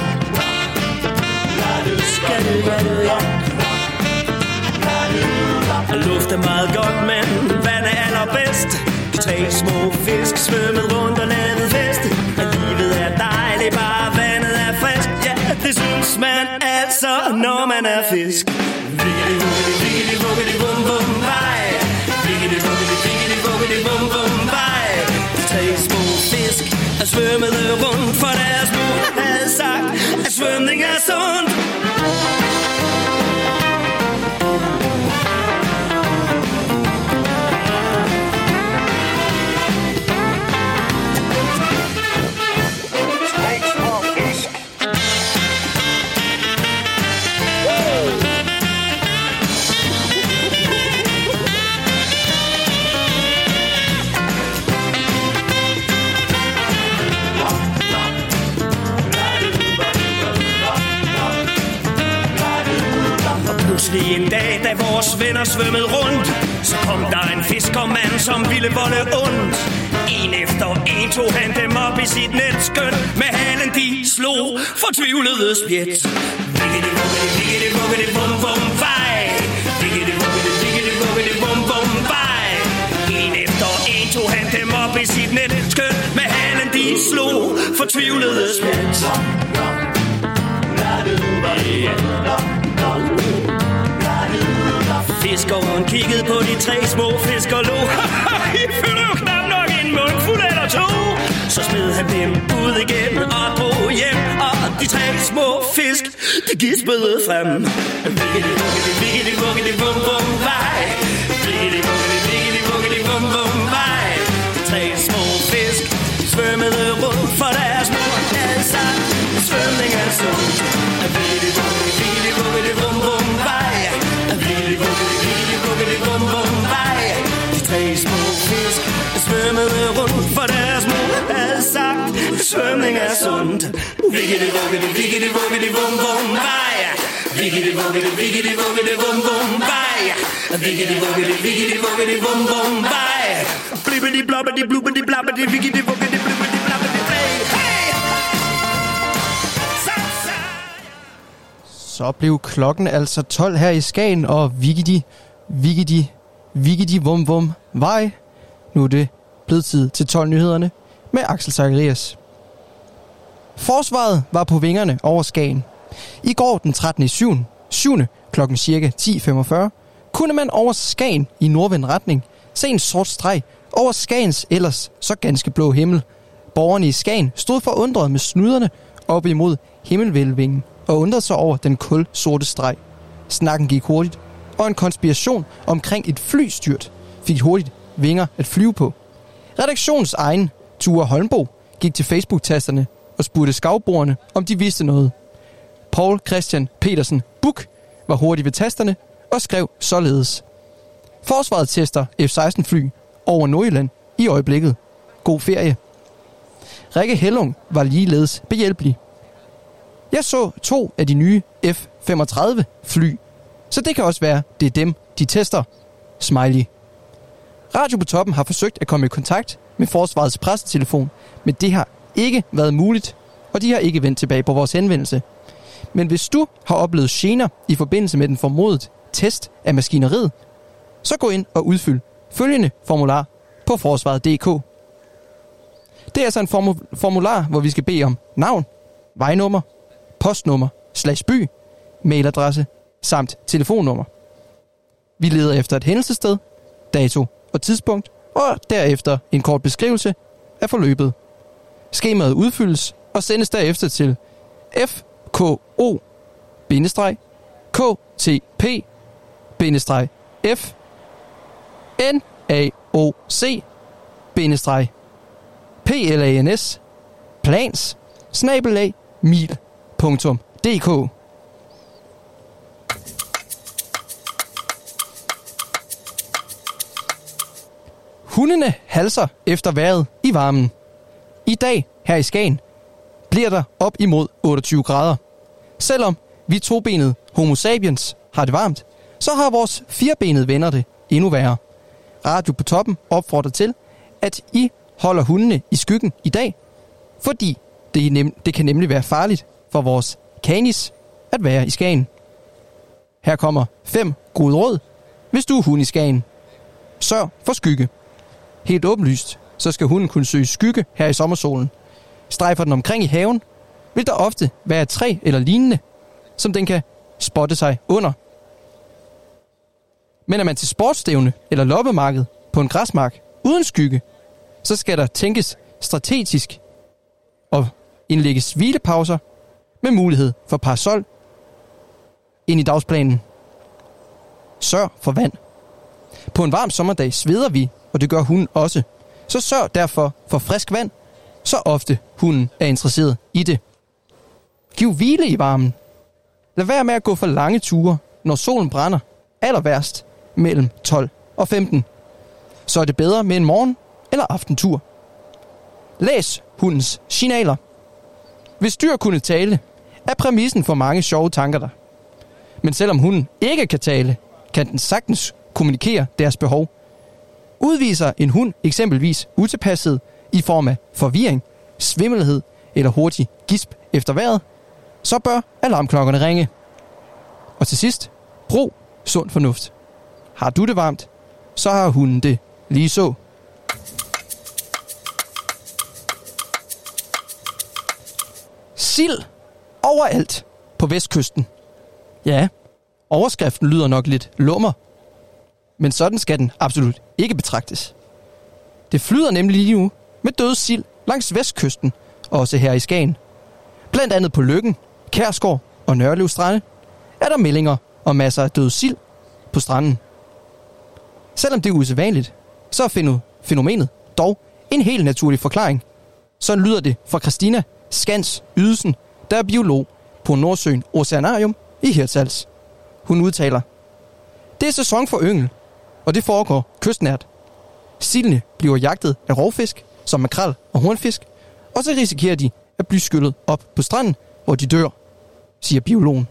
Luft er meget godt, men vand er allerbedst. De 3 små fisk svømmede rundt og lavede fest. Og livet er dejligt, bare vandet er frisk. Ja, det synes man altså, når man er fisk. Vigidi, vuggidi, vigidi, vuggidi, vum, vum, vej. Vigidi, vuggidi, vigidi, vuggidi, vum, vum, vej. De 3 små fisk er svømmede rundt, for deres mor havde sagt, at svømning er sundt. Pludselig en dag, da vores venner svømmede rundt, så kom der en fiskermand, som ville volde ondt. En efter en tog han dem op i sit net, skøn med halen de slog fortvivlede spjæt. Vigidi, vuggidi, vigidi, vuggidi, vum, vum, vej. Vigidi, vuggidi, vigidi, vuggidi, vum, vum, vej. En efter en tog han dem op i sit net, skøn med halen de slog fortvivlede spjæt. Fiskeren kiggede på de 3 små fisk og lå. I fylder jo knap nok en mundfuld eller 2. Så smed han dem ud igen og drog hjem. Og de 3 små fisk, de gispede frem. Vigidi, vuggidi, vigidi, vuggidi, vum, vum, vej. Vigidi, vuggidi, vigidi, vuggidi, vum, vum, vej. De 3 små fisk, de svømmede rundt, for deres mor havde sagt, svømning er sundt. Vigidi, vuggidi, vigidi, vuggidi, vum, vum, vej. Vigidi, vuggidi, vigidi, vuggidi, vum, vum, vej. De 3 små fisk svømmede rundt, for deres mor havde sagt, svømning er sundt. Vigidi, vuggidi, vigidi, vuggidi, vum, vum, vej. Vigidi, vuggidi, vigidi, vuggidi, vum, vum, vej. Vigidi, vuggidi, vigidi, vuggidi, vum, vum, vej. Blibbidi, blobbidi, blubbidi, blabbidi, vigidi, vuggidi, blubbidi, blabbidi, hey! Så blev klokken altså 12 her i Skagen, og vigidi, vum, vum, vej. Nu er det blevet tid til 12 nyhederne med Axel Zacharias. Forsvaret var på vingerne over Skagen. I går den 13.7. klokken cirka 10.45 kunne man over Skagen i nordvendt retning se en sort streg over Skagens ellers så ganske blå himmel. Borgerne i Skagen stod forundret med snuderne op imod himmelvælvingen og undrede sig over den kulsorte streg. Snakken gik hurtigt, og en konspiration omkring et flystyrt fik hurtigt vinger at flyve på. Redaktionens egen Ture Holmbo gik til Facebook-tasterne og spurgte skavboerne, om de vidste noget. Paul Christian Petersen Buch var hurtig ved tasterne og skrev således: Forsvaret tester F-16-fly over Nordjylland i øjeblikket. God ferie. Rikke Hellung var ligeledes behjælpelig. Jeg så 2 af de nye F-35 fly, så det kan også være, det er dem, de tester. Smiley. Radio på Toppen har forsøgt at komme i kontakt med Forsvarets pressetelefon, men det har ikke været muligt, og de har ikke vendt tilbage på vores henvendelse. Men hvis du har oplevet gener i forbindelse med den formodede test af maskineriet, så gå ind og udfyld følgende formular på forsvaret.dk. Det er altså en formular, hvor vi skal bede om navn, vejnummer, postnummer, /by, mailadresse samt telefonnummer. Vi leder efter et hændelsessted, dato og tidspunkt, og derefter en kort beskrivelse af forløbet. Skemaet udfyldes og sendes derefter til FKO-KTP-F NAOC-PLANS plans@mil.dk. Hundene halser efter vejret i varmen. I dag her i Skagen bliver der op imod 28 grader. Selvom vi tobenede Homo sapiens har det varmt, så har vores firbenede venner det endnu værre. Radio på Toppen opfordrer til, at I holder hundene i skyggen i dag, fordi det kan nemlig være farligt for vores canis at være i Skagen. Her kommer 5 gode råd, hvis du er hund i Skagen. Sørg for skygge. Helt åbenlyst, så skal hunden kunne søge skygge her i sommersolen. Strejfer den omkring i haven, vil der ofte være et træ eller lignende, som den kan spotte sig under. Men er man til sportsstævne eller loppemarked på en græsmark uden skygge, så skal der tænkes strategisk og indlægges hvilepauser med mulighed for parasol ind i dagsplanen. Sørg for vand. På en varm sommerdag sveder vi, og det gør hunden også. Så sørg derfor for frisk vand, så ofte hunden er interesseret i det. Giv hvile i varmen. Lad være med at gå for lange ture, når solen brænder, aller værst mellem 12 og 15. Så er det bedre med en morgen- eller aftentur. Læs hundens signaler. Hvis dyr kunne tale, er præmissen for mange sjove tanker der. Men selvom hunden ikke kan tale, kan den sagtens kommunikere deres behov. Udviser en hund eksempelvis utilpasset i form af forvirring, svimmelhed eller hurtig gisp efter vejret, så bør alarmklokkerne ringe. Og til sidst, brug sund fornuft. Har du det varmt, så har hunden det lige så. Sild overalt på vestkysten. Ja, overskriften lyder nok lidt lummer, men sådan skal den absolut ikke betragtes. Det flyder nemlig lige nu med døde sild langs vestkysten, også her i Skagen. Blandt andet på Løkken, Kærsgård og Nørlev Strande er der meldinger om masser af døde sild på stranden. Selvom det er usædvanligt, så er fænomenet dog en helt naturlig forklaring. Sådan lyder det fra Christina Skans Ydelsen, der er biolog på Nordsøen Oceanarium i Hirtshals. Hun udtaler: det er sæson for yngel, og det foregår kystnært. Sildene bliver jagtet af rovfisk, som makrel og hornfisk, og så risikerer de at blive skyllet op på stranden, hvor de dør, siger biologen.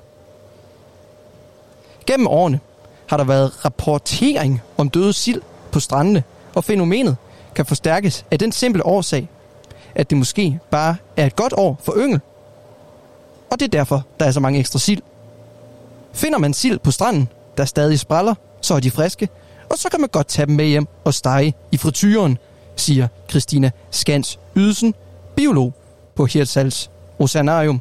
Gennem årene har der været rapportering om døde sild på strandene, og fænomenet kan forstærkes af den simple årsag, at det måske bare er et godt år for yngel, og det er derfor, der er så mange ekstra sild. Finder man sild på stranden, der stadig spræller, så er de friske, og så kan man godt tage dem med hjem og stege i frityren, siger Christina Skans Ydelsen, biolog på Hirtshals Oceanarium.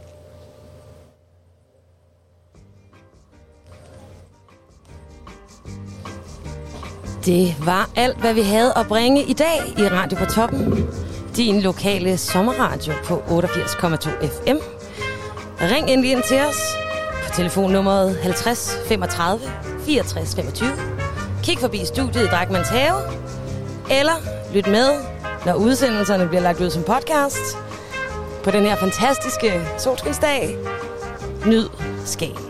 Det var alt, hvad vi havde at bringe i dag i Radio på Toppen. Din lokale sommerradio på 88,2 FM. Ring endelig ind til os på telefonnummeret 50 35 64 25. Kig forbi studiet i Drachmanns Have. Eller lyt med, når udsendelserne bliver lagt ud som podcast. På den her fantastiske solskinsdag. Nyd Skagen.